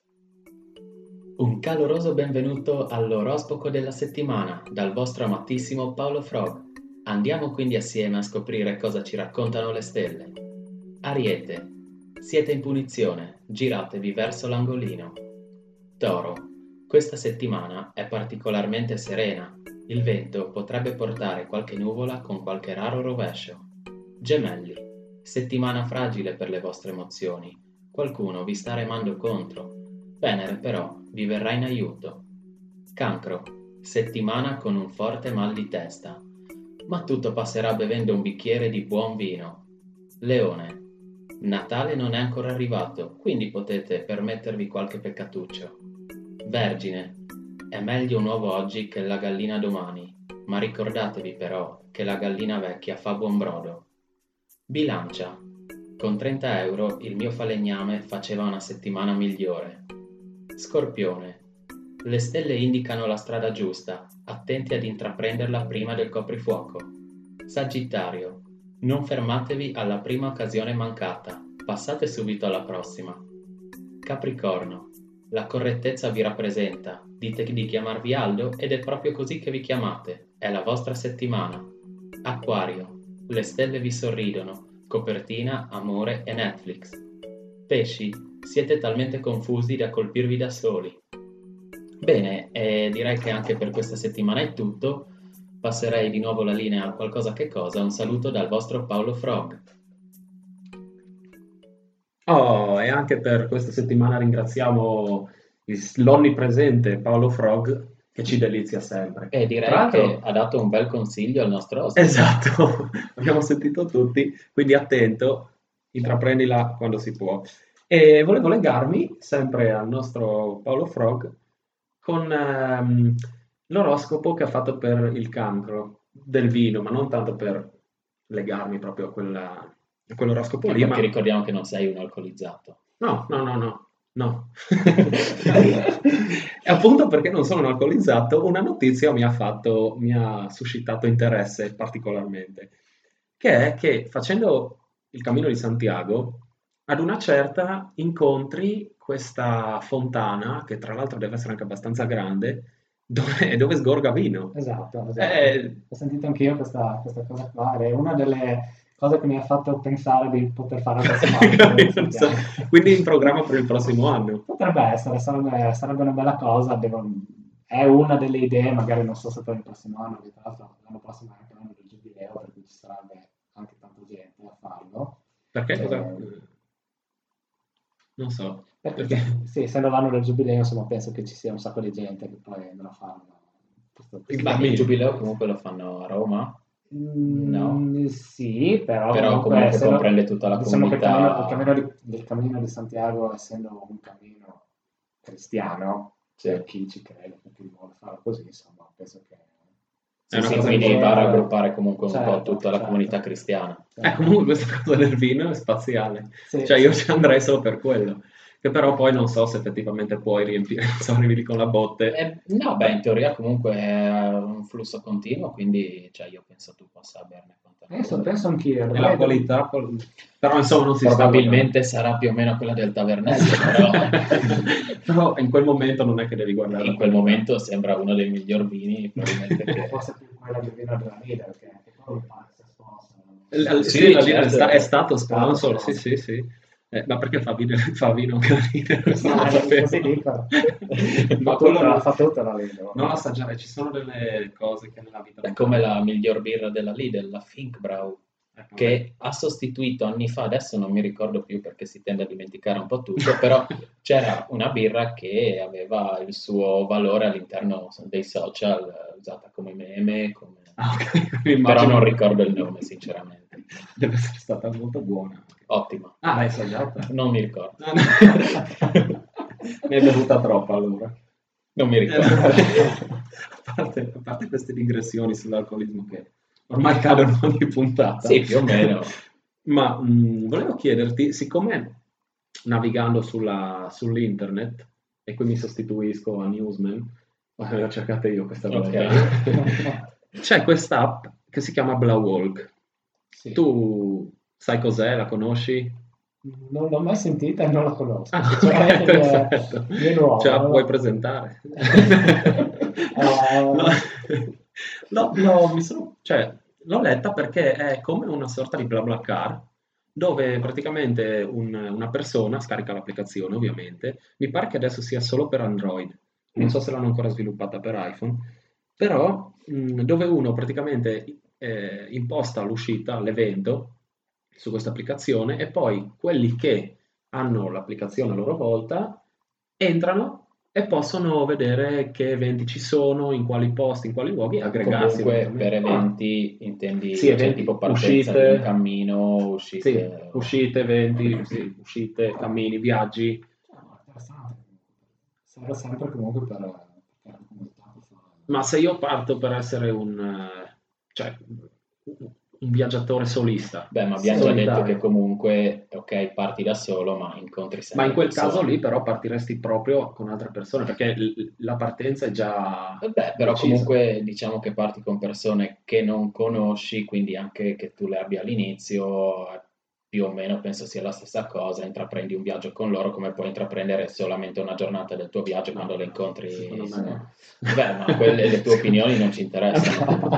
Un caloroso benvenuto all'oroscopo della settimana dal vostro amatissimo Paolo Frog. Andiamo quindi assieme a scoprire cosa ci raccontano le stelle. Ariete, siete in punizione, giratevi verso l'angolino. Toro, questa settimana è particolarmente serena. Il vento potrebbe portare qualche nuvola con qualche raro rovescio. Gemelli, settimana fragile per le vostre emozioni. Qualcuno vi sta remando contro. Venere però vi verrà in aiuto. Cancro, settimana con un forte mal di testa, ma tutto passerà bevendo un bicchiere di buon vino. Leone, Natale non è ancora arrivato, quindi potete permettervi qualche peccatuccio. Vergine, è meglio un uovo oggi che la gallina domani, ma ricordatevi però che la gallina vecchia fa buon brodo. Bilancia, con trenta euro il mio falegname faceva una settimana migliore. Scorpione, le stelle indicano la strada giusta, attenti ad intraprenderla prima del coprifuoco. Sagittario, non fermatevi alla prima occasione mancata, passate subito alla prossima. Capricorno, la correttezza vi rappresenta, dite di chiamarvi Aldo ed è proprio così che vi chiamate, è la vostra settimana. Acquario, le stelle vi sorridono, copertina, amore e Netflix. Pesci, siete talmente confusi da colpirvi da soli. Bene, e direi che anche per questa settimana è tutto. Passerei di nuovo la linea a qualcosa che cosa. Un saluto dal vostro Paolo Frog. Oh, e anche per questa settimana ringraziamo il- l'onnipresente Paolo Frog, che ci delizia sempre. E direi Tra l'altro- che ha dato un bel consiglio al nostro ospite. Esatto, abbiamo sentito tutti, quindi attento, intraprendila quando si può. E volevo legarmi sempre al nostro Paolo Frog con ehm, l'oroscopo che ha fatto per il cancro del vino, ma non tanto per legarmi proprio a, quella, a quell'oroscopo lì, Perché ma... ricordiamo che non sei un alcolizzato. No, no, no, no, no. E appunto perché non sono un alcolizzato, una notizia mi ha fatto, mi ha suscitato interesse particolarmente, che è che facendo il Cammino di Santiago, ad una certa incontri questa fontana, che tra l'altro deve essere anche abbastanza grande, dove, dove sgorga vino. Esatto, esatto. Eh, Ho sentito anch'io questa, questa cosa qua, ed è una delle cose che mi ha fatto pensare di poter fare il prossimo anno. non so, quindi in programma per il prossimo anno. Potrebbe essere, sarebbe, sarebbe una bella cosa, devo- è una delle idee, magari non so se per il prossimo anno, che tra l'altro l'anno prossimo è anche l'anno del giubileo, per cui ci sarebbe anche tanta gente a farlo. Perché cosa? Eh, Non so. Perché, Perché? sì, essendo l'anno del giubileo, insomma, penso che ci sia un sacco di gente che poi andrà a farlo. Questo- Il Ma cammino. il giubileo comunque lo fanno a Roma? No. Mm, sì, però, Però comunque se lo- comprende tutta la diciamo che il comunità. cammino, il cammino di, del Cammino di Santiago, essendo un cammino cristiano, Sì. per chi ci crede, per chi vuole farlo così, insomma, penso che... È una Sì, cosa quindi che- va a raggruppare comunque un Certo, po' tutta la certo. comunità cristiana. Eh, comunque questa cosa del vino è spaziale. Sì, Cioè io sì. ci andrei solo per quello. Che però poi non so se effettivamente puoi riempire, non so, arrivi lì con la botte. Eh, no, beh, in teoria comunque è un flusso continuo, quindi cioè, io penso tu possa berne quanta Penso, cosa. penso anch'io. E la dovrei- qualità, poi- però insomma non si sta Probabilmente sarà più o meno quella del tavernello, però guardando. Però in quel momento non è che devi guardare. in quel momento sembra uno dei miglior vini, probabilmente che... Forse più quella del vino della Lidl, che anche quello mi pare sia sponsor. La- Sì, sì, la Lidl certo. è, sta- è stato sponsor, Stato sì, sì, sì. Eh, ma perché fa vino, fa vino anche la Lidl? Questo non Ah, lo sapevo. così dicono. Ma Fa quello tutto, no. fa tutto la Lidl. Non assaggiare, ci sono delle cose che nella vita È non come cambiano. la miglior birra della Lidl, la Finkbrau, Ecco, che ha sostituito anni fa, adesso non mi ricordo più perché si tende a dimenticare un po' tutto, però c'era una birra che aveva il suo valore all'interno dei social, eh, usata come meme, come... Ah, ok, quindi però immagino- non ricordo il nome sinceramente. Deve essere stata molto buona. Ottima. Ah, l'hai assaggiata? Non mi ricordo. No, no. Ne è bevuta troppa allora. Non mi Eh, ricordo. a, parte, a parte queste digressioni sull'alcolismo che ormai cadono ogni puntata. Sì, più o meno. Ma mh, volevo chiederti, siccome navigando sulla, sull'internet, e qui mi sostituisco a Newsman, eh, l'ho cercata io questa volta, Ok. c'è quest'app che si chiama Blawalk. Sì. Tu sai cos'è? La conosci? Non l'ho mai sentita e non la conosco. Ah, Cioè, ok, perfetto. mi è nuovo, Ce la no? puoi presentare. Eh, No, no, no, mi sono- cioè, l'ho letta perché è come una sorta di BlaBlaCar, dove praticamente un- una persona scarica l'applicazione, ovviamente. Mi pare che adesso sia solo per Android, non so se l'hanno ancora sviluppata per iPhone, però mh, dove uno praticamente eh, imposta l'uscita, l'evento su questa applicazione e poi quelli che hanno l'applicazione a loro volta entrano e possono vedere che eventi ci sono, in quali posti, in quali luoghi e aggregarsi. Comunque eventualmente. per eventi intendi Sì, cioè, eventi, tipo partenza uscite. di un cammino, Sì, uscite... uscite, eventi, sì, uscite, cammini, viaggi. no, interessante. Serve sempre comunque per, per la comunità. per fare- Ma se io parto per essere un, eh, cioè, un viaggiatore solista, Beh, ma abbiamo già solitario. detto che comunque, ok, parti da solo, ma incontri Ma sempre in quel persone. caso lì però partiresti proprio con altre persone, perché l- la partenza è già Eh Beh, però decisa. comunque diciamo che parti con persone che non conosci, quindi anche che tu le abbia all'inizio, eh, più o meno penso sia la stessa cosa, intraprendi un viaggio con loro come puoi intraprendere solamente una giornata del tuo viaggio No, quando le incontri. secondo me su- no. Beh, ma quelle, le tue opinioni non ci interessano.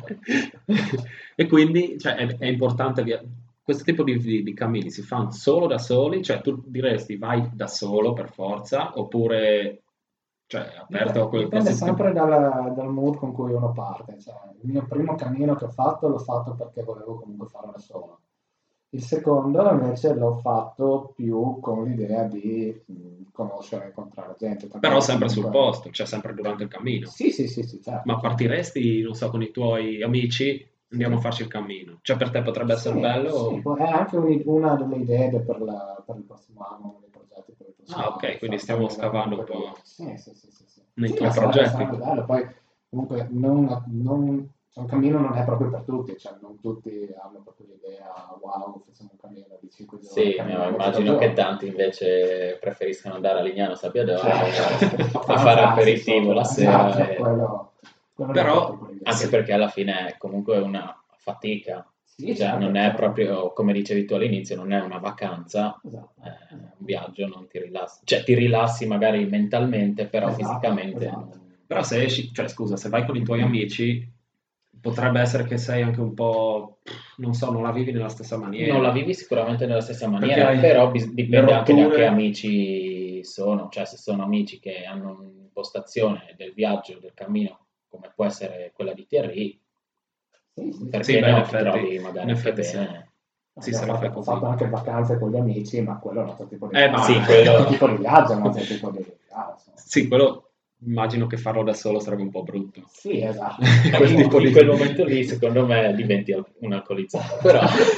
E quindi cioè, è, è importante, via- questo tipo di, di- di cammini si fanno solo da soli, cioè tu diresti vai da solo per forza, oppure cioè, aperto a quel Dipende qualsiasi tipo- sempre dal, dal mood con cui uno parte. Cioè, il mio primo cammino che ho fatto l'ho fatto perché volevo comunque farlo da solo. Il secondo invece l'ho fatto più con l'idea di mh, conoscere e incontrare gente. tanto Però che sempre sul comunque- posto, cioè sempre durante il cammino. Sì, sì, sì, sì, certo. Ma partiresti, non so, con i tuoi amici, andiamo a Sì. farci il cammino. Cioè per te potrebbe essere Sì, bello? sì, può- è anche un- una delle idee de- per, la- per il prossimo anno, uno dei progetti per il prossimo Ah, ok, anno, quindi far- stiamo farmi scavando un comunque po' lì. Sì, sì, sì, sì, sì. nei Sì, tuoi ma sarebbe, progetti. sarebbe bello. Poi comunque non, non- cioè, un cammino non è proprio per tutti, cioè non tutti hanno proprio l'idea, wow, facciamo un cammino di cinque giorni. Sì, camminiamo no, tutto il immagino che giorno. tanti invece preferiscono andare a Lignano Sabbiadoro Cioè, a fare aperitivo la esatto, sera. e- quello, quello non Però, è proprio l'idea. Anche perché alla fine è comunque una fatica, Sì, cioè certo, non è certo. proprio, come dicevi tu all'inizio, non è una vacanza, Esatto, è esatto. un viaggio, non ti rilassi. Cioè ti rilassi magari mentalmente, però Esatto, fisicamente esatto. non- però se esci, cioè scusa, se vai con i tuoi amici, potrebbe essere che sei anche un po', non so, non la vivi nella stessa maniera. non la vivi sicuramente nella stessa Perché maniera, hai però bis- le dipende anche da rotture. che amici sono, cioè se sono amici che hanno un'impostazione del viaggio, del cammino, come può essere quella di Thierry, Sì, sì, perché Sì, beh, no, in ti effetti- trovi magari in anche effetti sì. bene. Sì, Abbiamo se la fai fatto, ho così. fatto anche vacanze con gli amici, ma quello è un altro tipo di Eh, ma- vacanza. Sì, quello- È un altro tipo di viaggio, un altro tipo di viaggio. Sì, quello immagino che farlo da solo sarebbe un po' brutto. Sì, esatto. Quel in, tipo in di- quel momento lì, secondo me, diventi al- un alcolizzato. Però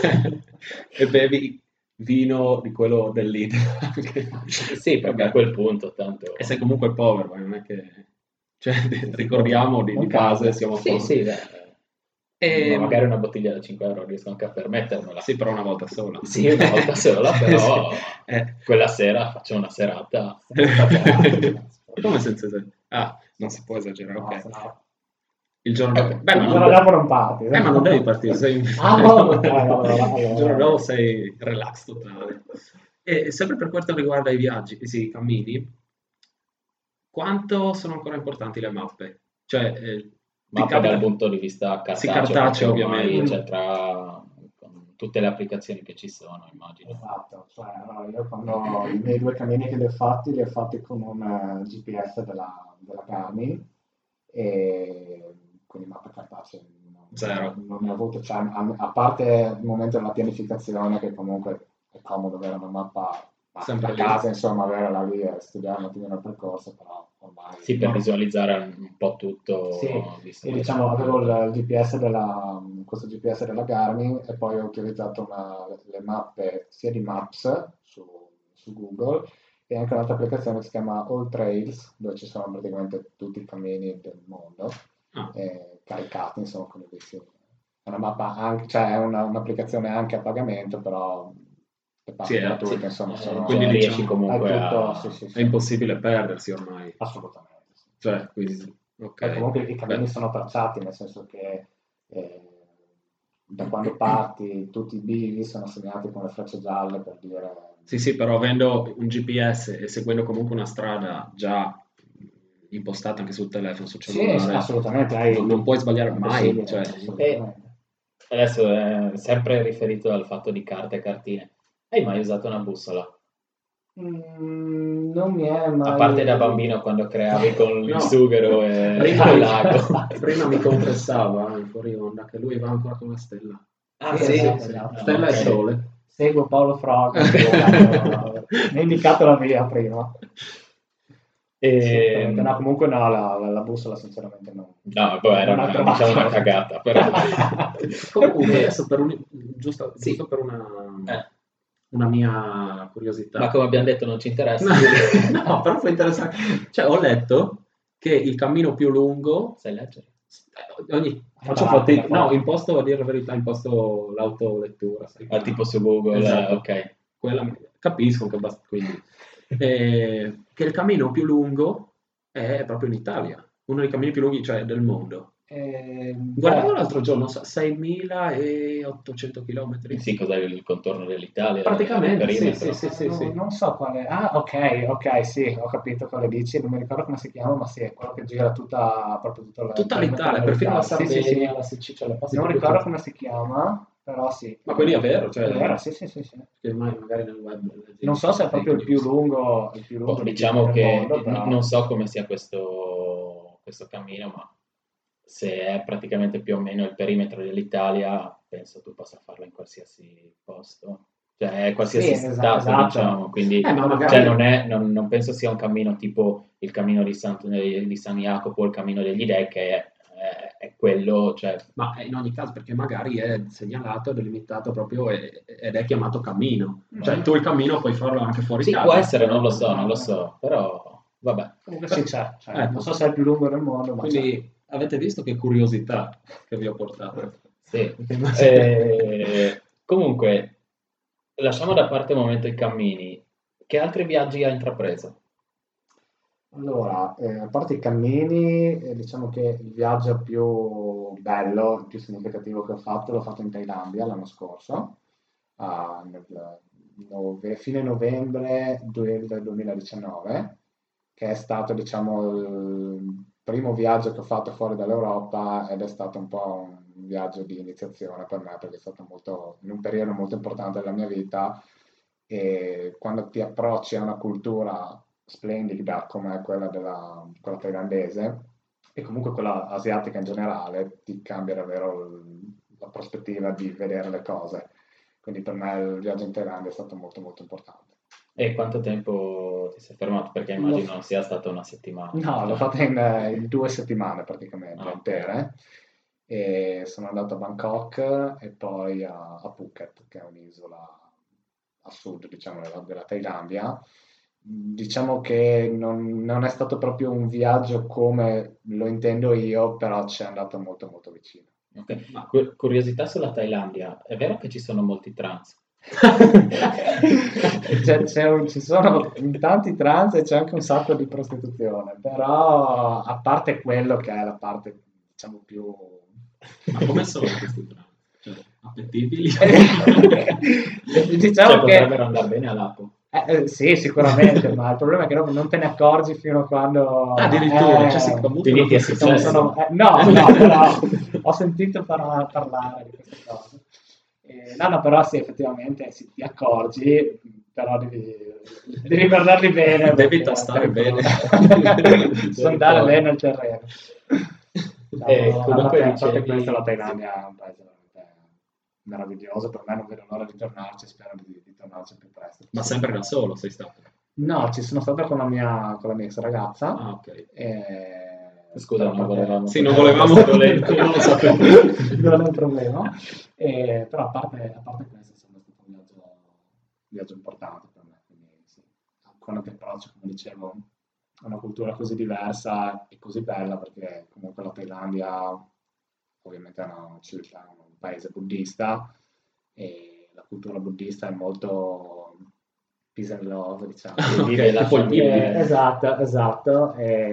E bevi vino di quello del Lidl. anche. sì, perché Vabbè. a quel punto tanto... E sei comunque povero, eh, non è che... Cioè, ricordiamo di, di Non base, cambia. siamo Sì, poveri. sì, beh, E- ma magari una bottiglia da cinque euro riesco anche a permettermela. Sì, però una volta sola. Sì, una volta sola, però Sì. Eh. quella sera faccio una serata. Senza esagerare. Come senza esagerare? Ah, non si può esagerare, No, ok. se no- Il giorno dopo... Beh, il ma giorno non... dopo non parti. Eh, ma non devi partire, sei... Ah, no? Eh, allora, allora. Il giorno dopo sei relax totale. E sempre per quanto riguarda i viaggi, sì, i cammini, quanto sono ancora importanti le mappe? Cioè, eh, ti Ma capita- dal punto di vista cartaceo, Sì, cartaceo, perché ormai, ovviamente. cioè, tra con tutte le applicazioni che ci sono, immagino. Esatto, cioè, allora, io quando i miei due cammini che li ho fatti, li ho fatti con un eh, G P S della, della Garmin e quindi mappe cartacee non, Zero. non ne ho avuto, cioè, a, a parte il momento della pianificazione che comunque è comodo avere una mappa Sempre a lì. casa, insomma, averla lì e studiare un attimino il percorso, però ormai... Sì, per no. visualizzare un po' tutto. Sì, visto e che diciamo c'è avevo tutto. il G P S della, questo G P S della Garmin e poi ho utilizzato una- le mappe sia di Maps su, su Google e anche un'altra applicazione che si chiama All Trails, dove ci sono praticamente tutti i cammini del mondo Ah. eh, caricati, insomma, come dici. È una mappa anche, cioè è una- un'applicazione anche a pagamento, però le parti Sì, eh, gratuite, sì, insomma, eh, sono... quindi cioè, riesci diciamo- comunque è tutto, a... sì, sì, sì. È impossibile perdersi ormai. Assolutamente. Sì. Cioè, quindi... Ok. Poi comunque i cammini Beh, sono tracciati, nel senso che eh, da quando parti tutti i bivi sono segnati con le frecce gialle per dire... Sì, sì, però avendo un G P S e seguendo comunque una strada già impostata anche sul telefono, sul Sì, cellulare, assolutamente. Hai... non, non puoi sbagliare è mai. impossibile, Cioè, assolutamente. Adesso è sempre riferito al fatto di carte e cartine. Hai mai usato una bussola? Mm, non mi è mai... A parte da bambino quando creavi con il No. sughero e prima, il mi, lago. prima mi confessava eh, fuori onda che lui va ancora con la stella. Ah, Sì, sì? esatto, Sì, esatto. Stella Ok. e sole. Seguo Paolo Frog, mi ha indicato- mi ha indicato la via prima. Assolutamente. E... No, comunque no, la, la, la bussola sinceramente no. No, poi era Non ha una, trovato. diciamo una cagata, però... Comunque, Eh, adesso per un, giusto, Sì. giusto per una, eh, una mia curiosità. ma come abbiamo detto non ci interessa. No, no, però fa interessante. Cioè, ho letto che il cammino più lungo... Sai leggere? eh, Ogni, faccio davanti, fatica, da no, fuori. imposto, a dire la verità, imposto l'autolettura. sai, Ah, tipo su Google, Esatto. eh, ok. Quella, capisco che basta, quindi. Eh, che il cammino più lungo è proprio in Italia, uno dei cammini più lunghi, cioè, del mondo. Eh, Guardavo beh, l'altro giorno, so- seimilaottocento chilometri. Sì, cos'è il contorno dell'Italia? Praticamente, il sì, perimetro? sì, sì, sì, no, sì. non so quale. Ah, ok, ok, sì, ho capito quale dici, non mi ricordo come si chiama, ma sì, è quello che gira tutta, proprio tutta, la, Tutta il l'Italia, perimetro perfino la dell'Italia. Sì, sì, Sardegna, sì. la Sicilia, la passi Non proprio ricordo tutta. come si chiama, però sì. Ma quindi è vero, cioè- È vero, sì, sì, sì, sì. Che ormai magari nel web leggi Non so se è proprio il fake più news. lungo, il più lungo Boh, di diciamo del che mondo, n- però... non so come sia questo, questo cammino, ma se è praticamente più o meno il perimetro dell'Italia, penso tu possa farlo in qualsiasi posto, cioè qualsiasi Sì, esa- stato, esatto. diciamo, quindi Eh, ma magari... cioè, non, è, non, non penso sia un cammino tipo il cammino di San, di San Jacopo o il cammino degli Dei, che è, è, è quello, cioè, Ma in ogni caso, perché magari è segnalato, è delimitato proprio e- ed è chiamato cammino. Cioè, Mm. tu il cammino puoi farlo anche fuori sì, casa. può essere, non lo so, non lo so, però vabbè. Comunque sì, c'è, c'è. Ecco. Non so se è il più lungo del mondo, ma c'è. Quindi avete visto che curiosità che vi ho portato. Sì. Eh, comunque, lasciamo da parte il momento i cammini. Che altri viaggi hai intrapreso? Allora, eh, a parte i cammini, eh, diciamo che il viaggio più bello, il più significativo che ho fatto, l'ho fatto in Thailandia l'anno scorso, a- nel nove- fine novembre del duemiladiciannove, che è stato, diciamo, il primo viaggio che ho fatto fuori dall'Europa ed è stato un po' un viaggio di iniziazione per me, perché è stato molto, in un periodo molto importante della mia vita e quando ti approcci a una cultura splendida come quella, della, quella thailandese e comunque quella asiatica in generale, ti cambia davvero il- la prospettiva di vedere le cose. Quindi per me il viaggio in Thailandia è stato molto molto importante. E quanto tempo ti sei fermato? Perché L'ho immagino f- non sia stata una settimana. No, l'ho fatta in, eh, in due settimane praticamente, Ah, ok. intere. E sono andato a Bangkok e poi a, a Phuket, che è un'isola a sud, diciamo, della, della Thailandia. Diciamo che non, non è stato proprio un viaggio come lo intendo io, però ci è andato molto molto vicino. Ok. Ma- Cu- curiosità sulla Thailandia, è vero che ci sono molti trans? C'è- c'è un- ci sono tanti trans e c'è anche un sacco di prostituzione, però a parte quello che è la parte, diciamo, più... Ma come sono questi trans? Cioè, appetibili? Diciamo Cioè, che... potrebbero andare bene all'Apo. Eh, eh, sì, sicuramente, ma il problema è che dopo non te ne accorgi fino a quando... Ah, addirittura, eh, cioè, si camuffa Quindi ti è queste sono- cose. sono- eh, no, no, però ho sentito parla- parlare di queste cose. Eh, no, no, però sì, effettivamente sì, ti accorgi, però devi, devi guardarli bene. Devi perché tastare è bene. pericoloso. Sondare Poi. bene il terreno. No, E no, a comunque parte, a parte dicevi- questo, la Thailandia è un paese veramente meraviglioso, per me non vedo l'ora di tornarci, spero di, di tornarci il più presto. Ma sempre da solo sei stato? No, ci sono stato con la mia, con la mia ex ragazza. Ah, ok. Scusa, non volevamo... Sì, non volevamo- non lo sapevo. Non è un problema. E, però a parte, a parte questo, insomma, è stato un viaggio, un viaggio importante per me. Quindi, sì, quando ti approcci, come dicevo, a una cultura così diversa e così bella, perché comunque la Thailandia ovviamente è una civiltà, un paese buddista e la cultura buddista è molto peace and love, diciamo. Ok, Vive la tipo il famiglia. Bibbio. Eh, esatto, esatto.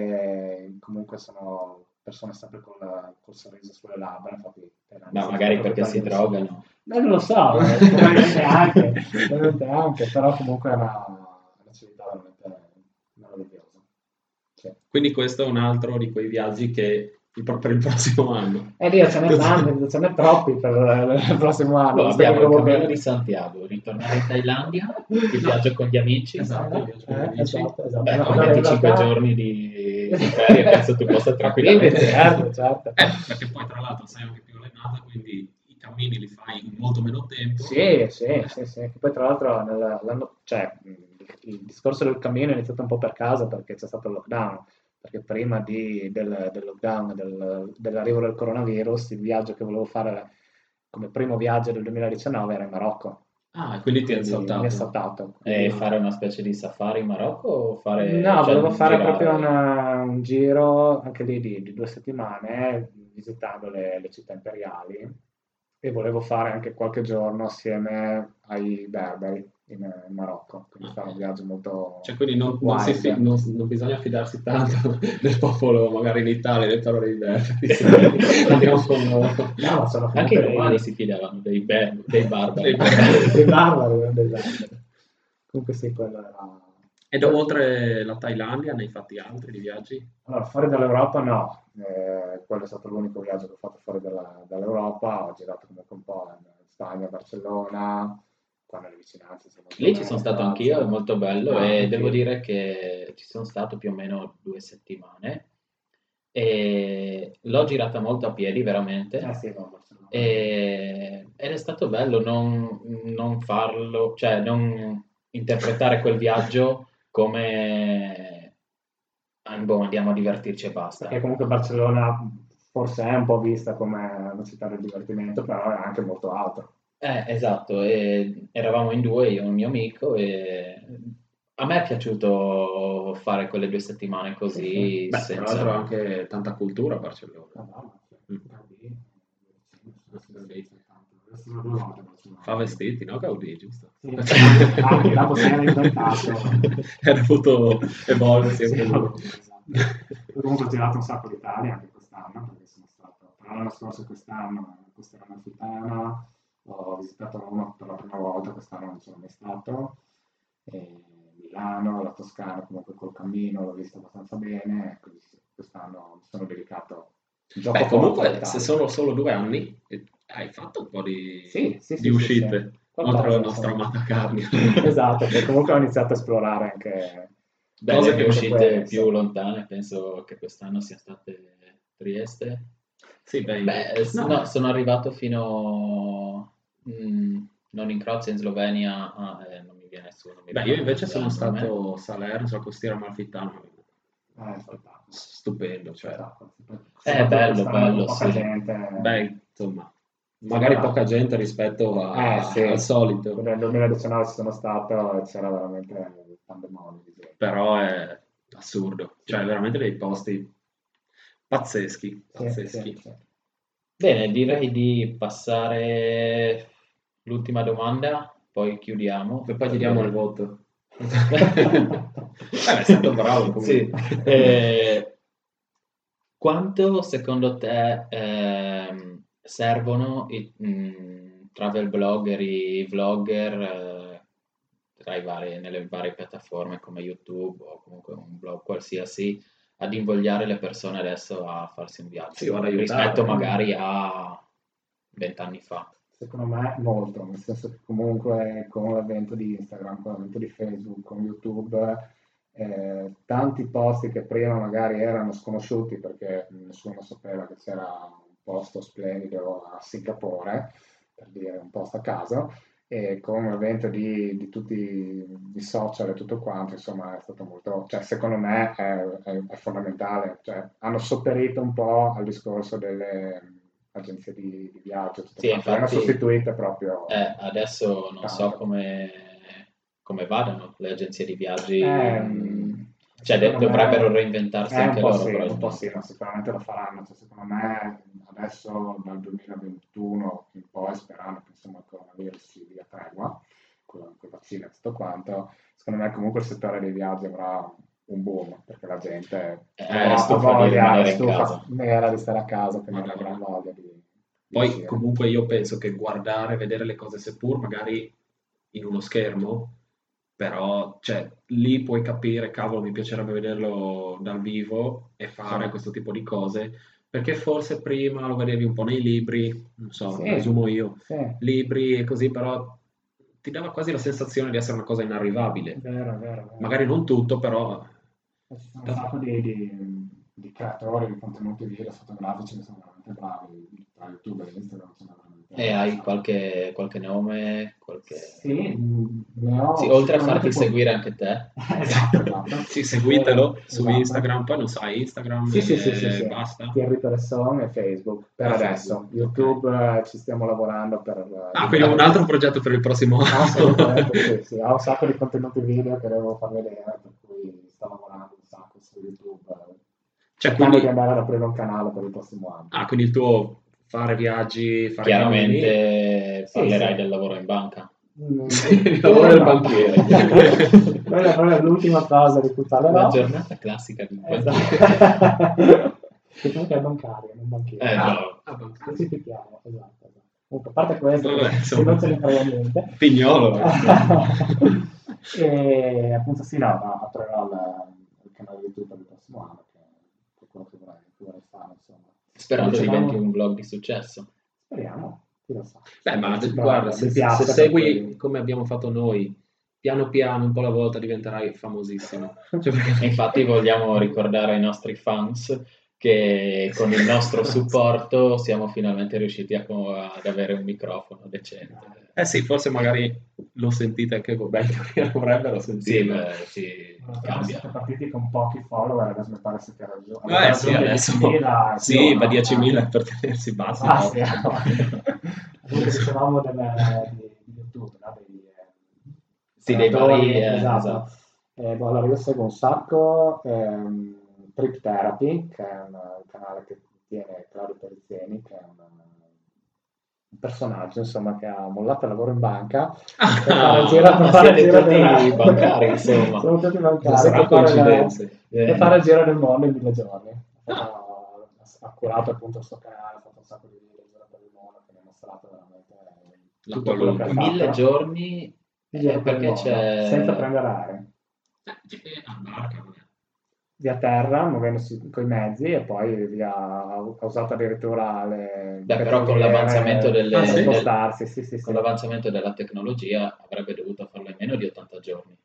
E comunque sono persone sempre col, col sorriso sulle labbra, infatti. Ma magari perché si drogano. No, non lo so, eh, probabilmente anche, probabilmente anche, però comunque è una, una civiltà veramente meravigliosa. Sì. Quindi questo è un altro di quei viaggi che il- per il prossimo anno. E lì ce n'è tanti, ce n'è troppi per il prossimo anno. Allora, visto abbiamo che il comunque- cammino di Santiago, ritornare in Thailandia, il viaggio con gli amici. Esatto, il viaggio con gli Eh, amici. esatto, esatto. Beh, No, con no, in venticinque realtà- giorni di, di ferie penso tu possa Sì, tranquillamente. certo, certo. Eh, perché poi tra l'altro sei anche più allenato, quindi i cammini li fai in molto meno tempo. Sì, sì, sì, sì. Poi tra l'altro nel- l'anno, cioè, mh, il discorso del cammino è iniziato un po' per caso perché c'è stato il lockdown, perché prima di- del, del lockdown, del- dell'arrivo del coronavirus, il viaggio che volevo fare come primo viaggio del duemiladiciannove era in Marocco. Ah, quindi ti è Quindi saltato. mi è saltato. E Quindi- fare una specie di safari in Marocco o fare... No, cioè, volevo fare girare? proprio una- un giro anche lì di, di due settimane visitando le, le città imperiali e volevo fare anche qualche giorno assieme ai berberi in, in Marocco, quindi fare un viaggio molto Cioè, quindi non, non si wild. fi- non- non bisogna fidarsi tanto del popolo, magari in Italia, del parole di berberi. Andiamo con loro. No, ma sono Anche i comunque romani dei- si fidavano dei, be- dei barbari. Dei barbari. dei barbari, non dei berberi. Comunque sì, quello era... E dopo, oltre la Thailandia, ne hai fatti altri di viaggi? Allora, fuori dall'Europa no, eh, quello è stato l'unico viaggio che ho fatto fuori dalla- dall'Europa, ho girato comunque un po' in Spagna, Barcellona, qua nelle vicinanze. insomma, Lì ci sono stato anch'io, è molto bello Ah, e anch'io. devo dire che ci sono stato più o meno due settimane e l'ho girata molto a piedi veramente. Eh sì, no, Barcellona. E- ed è stato bello non, non farlo, cioè non interpretare quel viaggio come "Ah, boh, andiamo a divertirci e basta". Perché comunque Barcellona forse è un po' vista come una città del divertimento, però è anche molto altro. Eh, esatto, e eravamo in due, io e un mio amico, e a me è piaciuto fare quelle due settimane così, Beh, tra l'altro senza... anche tanta cultura a Barcellona. Ah, no, Mm. Gaudì, Gaudì, sono due volte a Barcellona. Fa vestiti, no? Gaudì, giusto? Sì, anche dopo si era inventato. Era dovuto evolversi Sì, anche lui. esatto. Io comunque ho girato un sacco d'Italia anche quest'anno, perché sono stato, però l'anno scorso e quest'anno a Costiera Amalfitana, ho visitato Roma per la prima volta, quest'anno non sono mai stato, e Milano, la Toscana comunque col cammino l'ho visto abbastanza bene, quindi sì, quest'anno mi sono dedicato gioco Beh, forza comunque, all'Italia. se sono solo due anni, eh, hai fatto un po' di, Sì, sì, di sì, sì, uscite, sì. oltre alla Qualcosa, nostra insomma. amata Carnia. Esatto, che comunque ho iniziato a esplorare anche Beh, Cose le che mie non- uscite quelle, più insomma. lontane penso che quest'anno siano state Trieste. Sì, beh, Beh, s- no, no, sono arrivato fino, mm, non in Croazia, in Slovenia, ah, eh, non mi viene su, non mi beh, io ricordo invece cos'è sono il nome. stato a Salerno, sulla costiera amalfitana, Eh, spettacolo. stupendo, cioè, Spettacolo. Eh, Soprattutto bello, quest'anno bello, con poca sì. gente. beh, insomma, magari Sembra- poca gente rispetto a- Eh sì, al solito, nel duemiladiciannove ci sono stato e c'era veramente un pandemonio di gente. però è assurdo, cioè veramente dei posti pazzeschi, Sì, pazzeschi. sì, sì. Bene, direi di passare l'ultima domanda, poi chiudiamo. E poi gli diamo il voto. Eh, è stato bravo comunque. Sì. Eh, quanto secondo te ehm, servono i mm, travel blogger, i vlogger eh, tra i vari- nelle varie piattaforme come YouTube o comunque un blog qualsiasi ad invogliare le persone adesso a farsi un viaggio Sì, o ad aiutarle. rispetto magari a vent'anni fa? Secondo me molto, nel senso che comunque con l'avvento di Instagram, con l'avvento di Facebook, con YouTube, eh, tanti posti che prima magari erano sconosciuti perché nessuno sapeva che c'era un posto splendido a Singapore, per dire un posto a caso, e con l'avvento di, di tutti i social e tutto quanto, insomma, è stato molto, cioè secondo me è, è- è fondamentale, cioè hanno sopperito un po' al discorso delle agenzie di, di viaggio, tutte Sì, quante, le hanno infatti, sostituite proprio eh, adesso non so tanto. come, come vadano le agenzie di viaggi, Ehm, cioè de- secondo me- dovrebbero reinventarsi eh, un anche po' loro sì, un po' probabilmente. sì, ma sicuramente lo faranno. Cioè, secondo me adesso dal duemilaventuno in poi, sperando che insomma, il coronavirus ci dia tregua, con i vaccini e tutto quanto, secondo me comunque il settore dei viaggi avrà un boom, perché la gente Eh, ha, era ha stufa di voglia, rimanere è in stufa, casa. era di stare a casa, quindi non Madonna. avrà voglia di, di Poi uscire. comunque io penso che guardare, vedere le cose seppur magari in uno schermo, però cioè, lì puoi capire, cavolo, mi piacerebbe vederlo dal vivo e fare Sì. questo tipo di cose, perché forse prima lo vedevi un po' nei libri, non so, Sì, presumo io, sì, libri e così, però ti dava quasi la sensazione di essere una cosa inarrivabile. vero, vero, vero. Magari non tutto, però Ci sono un sacco di, di- di creatori di contenuti video fotografici che sono veramente bravi, tra YouTube e Instagram sono veramente E hai bravi. qualche, qualche nome? Qualche... Sì, mh, ne ho Sì, oltre a sicuramente farti po- seguire anche te. Esatto, esatto. sì, seguitelo Eh, su esatto. Instagram, poi non sai, Instagram Sì, sì, e sì, sì, sì. basta. Thierry Peresson e Facebook per Ah, adesso. Facebook, YouTube eh, ci stiamo lavorando per... eh, Ah, quindi è un altro progetto per il prossimo anno. Assolutamente sì, sì, ho un sacco di contenuti video che devo far vedere, per cui sto lavorando un sacco su YouTube, eh, Cioè, cercando quindi, di andare ad aprire un canale per il prossimo anno. ah, quindi il tuo fare viaggi, fare cammini. Chiaramente Sì, parlerai sì. del lavoro in banca. Mm, Sì, il sì, lavoro del no. banchiere. Quella quella è l'ultima cosa di cui parlerò. La giornata classica di un banchiere. Esatto. Che comunque è bancario, non banchiere. Eh, Ah, no. ah, banchiere. Specifichiamo, esatto, esatto. Comunque, a parte questo, Vabbè, che- che insomma. non ce ne frega niente. Pignolo, ragazzi. E appunto sì, no, no, aprirò il, il canale YouTube per il prossimo anno, che, che è quello che vorrei, che vorrei fare, insomma. Sperando Diciamo- diventi un vlog di successo. Speriamo, chi lo sa. Beh, ma Ci guarda, provo, se, mi se piace, per segui cui- come abbiamo fatto noi, piano piano, un po' alla volta, diventerai famosissimo. Cioè, E perché... infatti vogliamo ricordare ai nostri fans che con il nostro supporto siamo finalmente riusciti a, ad avere un microfono decente. Eh sì, forse magari lo sentite anche voi, beh, in teoria dovrebbero Sì, sentirlo. beh, sì, No, però cambia. siete partiti con pochi follower, adesso mi pare siete raggiunti. Eh Avete sì, raggiunto adesso diecimila, sì, più, ma no? diecimila Ah, è per tenersi bassi. bassi, no? no. Comunque dicevamo del- di, di YouTube, no? Dei, eh, Sì, dei creatori, vari, eh, esatto. esatto. Eh, boh, allora io seguo un sacco ehm, Trip Therapy, che è un, un canale che tiene Claudio Perizieni, che è un, un personaggio insomma che ha mollato il lavoro in banca Ah, per fare il giro, per ma fare il siete giro tutti del- bancari, insomma. Siamo tutti Non bancari sarà per fare, la- coincidenza. Eh, per fare il giro del mondo in mille giorni. Ha Ah. fatto- ha curato appunto il suo canale, ha fatto un sacco di video in giro per il mondo che mi ha mostrato veramente La tutto quello che ha qualunque. fatto. Mille giorni, In giro eh, per il perché mondo, c'è... senza prendere aereo. Eh, eh, ah, barca, non è. Via terra, muovendosi coi mezzi e poi via, ha usato addirittura le Beh, però con petroliere l'avanzamento delle- per Ah, sì? del- spostarsi, sì, sì, sì. con l'avanzamento della tecnologia avrebbe dovuto farlo in meno di ottanta giorni.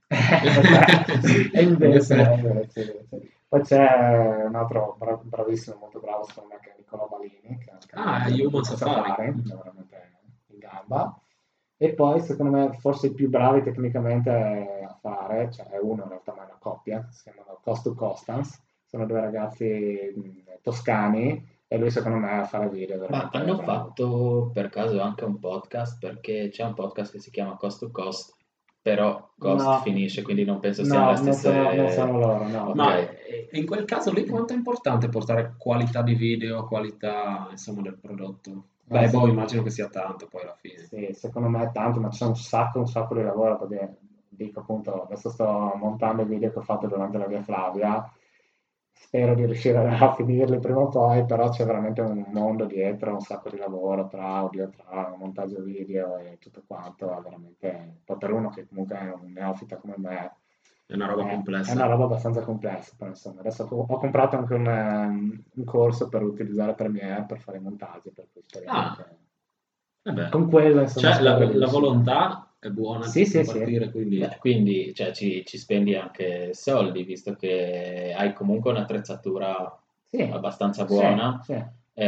e invece, e invece, invece. Poi c'è un altro bra- bravissimo, molto bravo secondo me, che è Nicolò Balini, che è un Ah, canale Human di Safari. che è veramente in gamba. E poi secondo me forse i più bravi tecnicamente a fare, cioè è uno in realtà ma è una coppia, si chiamano Cost to Costans, sono due ragazzi mh, toscani e lui secondo me a fare video è Ma veramente hanno bravo. fatto per caso anche un podcast, perché c'è un podcast che si chiama Cost to Cost, però Cost No. finisce, quindi non penso No, siano le non stesse... sono- non sono loro, no. Ok. Ma eh, in quel caso lì quanto è importante portare qualità di video, qualità insomma del prodotto? Beh, Eh, sì. boh, immagino che sia tanto poi alla fine. Sì, secondo me è tanto, ma c'è un sacco, un sacco di lavoro perché dico appunto, adesso sto montando i video che ho fatto durante la via Flavia, spero di riuscire a finirli prima o poi, però c'è veramente un mondo dietro, un sacco di lavoro tra audio, tra montaggio video e tutto quanto, è veramente, poi per uno che comunque è un neofita come me, È una roba è, complessa. è una roba abbastanza complessa, però insomma, adesso ho, ho comprato anche un, ehm, un corso per utilizzare Premiere per fare i montaggi, per cui speriamo Ah. che... Eh beh. Con quello, insomma, Cioè, la, spero di la riuscire. volontà è buona Sì, sì, di sì. partire, quindi... Beh, quindi cioè, ci, ci spendi anche soldi, visto che hai comunque un'attrezzatura Sì. abbastanza Sì, buona, sì.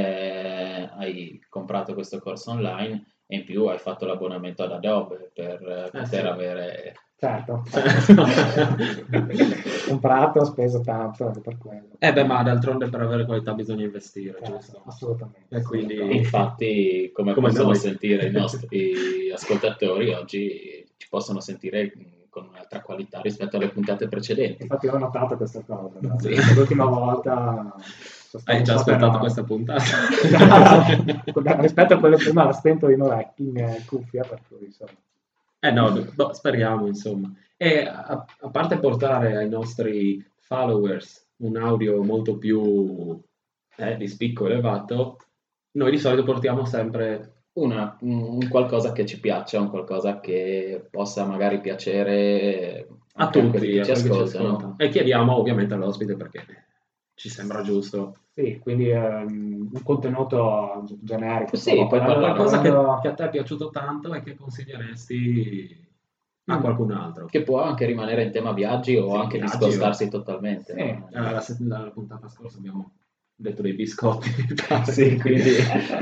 eh, hai comprato questo corso online e in più hai fatto l'abbonamento ad Adobe per eh, Eh, poter sì. avere... Certo. Certo. Comprato, ho speso tanto anche per quello. Eh beh, ma d'altronde per avere qualità bisogna investire, Certo, giusto? assolutamente. E quindi... assolutamente. Infatti, come, Come possono noi. sentire i nostri ascoltatori, oggi ci possono sentire con un'altra qualità rispetto alle puntate precedenti. Infatti ho notato questa cosa. no? Sì. L'ultima volta... sono stato Hai già un po' ascoltato per- questa puntata? Rispetto a quelle prima la stento in orecchio, in eh, cuffia, per cui insomma... Eh no, boh, speriamo insomma. E a, a parte portare ai nostri followers un audio molto più eh, di spicco elevato, noi di solito portiamo sempre... Una, un qualcosa che ci piaccia, un qualcosa che possa magari piacere a anche tutti, quelli che a ci quelli che ci ascoltano. ascoltano. E chiediamo ovviamente all'ospite perché ci sembra giusto. Sì, quindi ehm, un contenuto g- generico. Sì, insomma, puoi parlando- parlare. Qualcosa che, parlando- che a te è piaciuto tanto e che consiglieresti a Mm. qualcun altro. Che può anche rimanere in tema viaggi o Sì, anche viaggi discostarsi o- totalmente. Sì. no? Eh, la, la- la puntata scorsa abbiamo detto dei biscotti. Sì, quindi...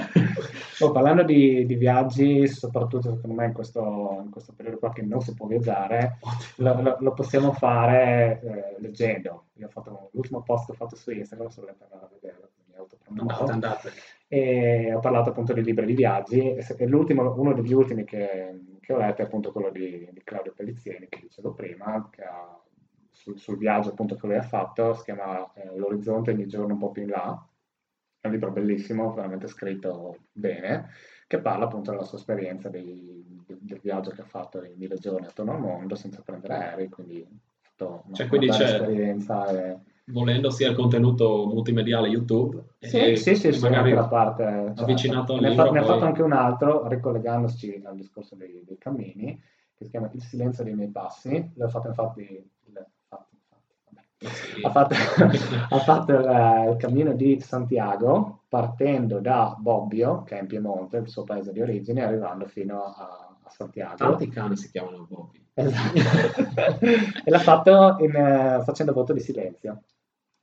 Oh, parlando di, di viaggi, soprattutto secondo me in questo, in questo periodo qua che non si può viaggiare, lo, lo- lo possiamo fare eh, leggendo. Io ho fatto l'ultimo post che ho fatto su Instagram, se volete andare a vederlo, mi autopromovo. Andate, andate. E ho parlato appunto di libri di viaggi e, se- e l'ultimo, uno degli ultimi che, che ho letto è appunto quello di, di Claudio Pellizieni, che dicevo prima, che ha, sul, sul viaggio appunto che lui ha fatto, si chiama eh, L'orizzonte ogni giorno un po' più in là. È un libro bellissimo, veramente scritto bene, che parla appunto della sua esperienza dei- del viaggio che ha fatto in mille giorni attorno al mondo senza prendere aerei, quindi ha fatto una, Cioè, una quindi bella c'è- esperienza. E... Volendo sia il contenuto multimediale YouTube Sì, e, sì, sì, e sì, magari anche la parte certo. avvicinato al Ne ha, libro fa- ne ha poi... fatto anche un altro, ricollegandosi al discorso dei, dei cammini, che si chiama Il silenzio dei miei passi. L'ho fatto infatti, il- infatti, infatti, Sì. vabbè. ha fatto, ha fatto il, il cammino di Santiago partendo da Bobbio, che è in Piemonte, il suo paese di origine, arrivando fino a, a Santiago. Tanti cani si chiamano Bobby. Esatto. E l'ha fatto in, eh, facendo voto di silenzio.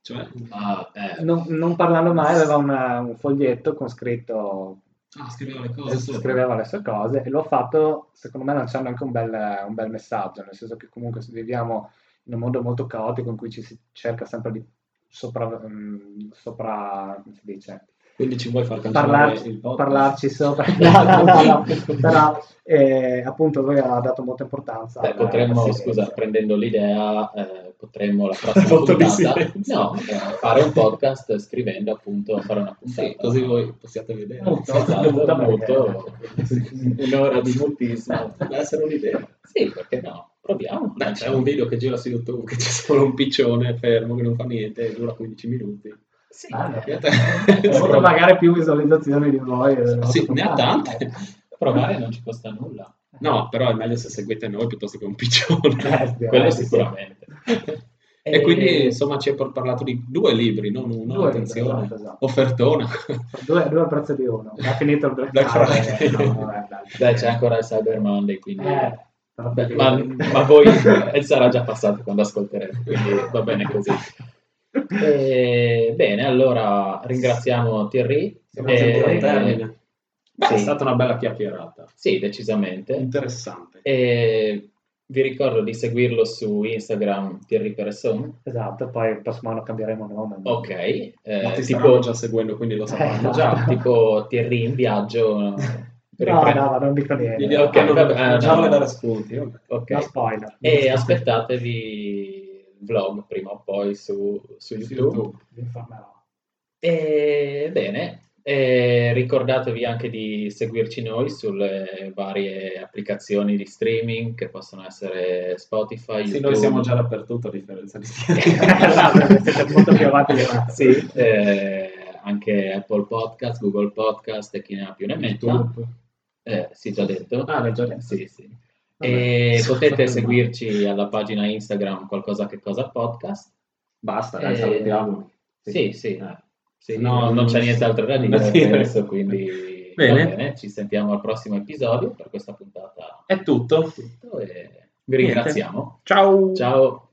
Cioè, Ah, eh, Non, non parlando mai, aveva una- un foglietto con scritto, ah, scriveva le cose sopra. scriveva le sue cose e l'ho fatto, secondo me, lanciando anche un bel, un bel messaggio, nel senso che comunque viviamo in un mondo molto caotico in cui ci si cerca sempre di sopra, mm, sopra come si dice, Quindi ci vuoi far cancellare parlarci, il podcast? parlarci sopra. No, no, no, no. Però eh, appunto lui ha dato molta importanza beh, alla- potremmo, al scusa, silenzio. prendendo l'idea, eh, potremmo la prossima Voto di puntata silenzio. no, eh, fare un podcast scrivendo appunto, fare una puntata. Sì, così voi possiate vedere. Molto. Esatto, Molto molto, bene. un'ora di mutismo. Potrebbe essere un'idea. Sì, perché no? Proviamo. Beh, c'è un video che gira su YouTube che c'è solo un piccione fermo che non fa niente e dura quindici minuti. Sì, Ah, no. eh, Vorrei magari più visualizzazioni di voi. delle Sì, vostre ne ha puntate. tante. provare non ci costa nulla. No, però è meglio se seguite noi piuttosto che un piccione. Eh, Quello sì. sicuramente. E quindi E- insomma ci hai parlato di due libri, non uno, Due attenzione. libri, esatto, esatto. Offertona. Due, due al prezzo di uno. Ha finito il Black, Black Friday. Friday. No, vabbè, dai. Beh, c'è ancora il Cyber Monday, quindi... Eh, però Beh, perché- ma, ma voi e sarà già passato quando ascolterete, quindi va bene così. E, bene, allora ringraziamo Thierry. Siamo giunti al E- termine. Beh, è sì. stata una bella chiacchierata. Sì, decisamente. Interessante. E vi ricordo di seguirlo su Instagram Thierry Peresson. Esatto, poi il prossimo anno cambieremo nome. Ok, eh, Ma ti tipo, staranno già seguendo, quindi lo sapranno Eh, già. tipo Thierry in viaggio. No, riprende- no, ma non dico niente. Quindi, Ok, ah, no, vabbè, non ah, già no. vuole dare spunti. vabbè. Ok. No spoiler. E aspettatevi il vlog prima o poi su, su Su YouTube. YouTube. Vi informerò. E bene, e ricordatevi anche di seguirci noi sulle varie applicazioni di streaming che possono essere Spotify, Sì, YouTube. noi siamo già dappertutto a differenza di Esatto, siete molto più avanti di me. Sì, eh, anche Apple Podcast, Google Podcast e chi ne ha più ne metta. YouTube. Eh, sì, già detto. Ah, l'hai già detto. Sì, sì. Vabbè. E Sono potete stato seguirci alla pagina Instagram qualcosa che cosa podcast. Basta, dai, Eh, salutiamo. Sì, sì. Eh. Sì, No, non, non c'è nient'altro da da dire, dire. penso, quindi Bene. va bene, ci sentiamo al prossimo episodio. Per questa puntata È tutto. è tutto e vi ringraziamo. Ciao. Ciao.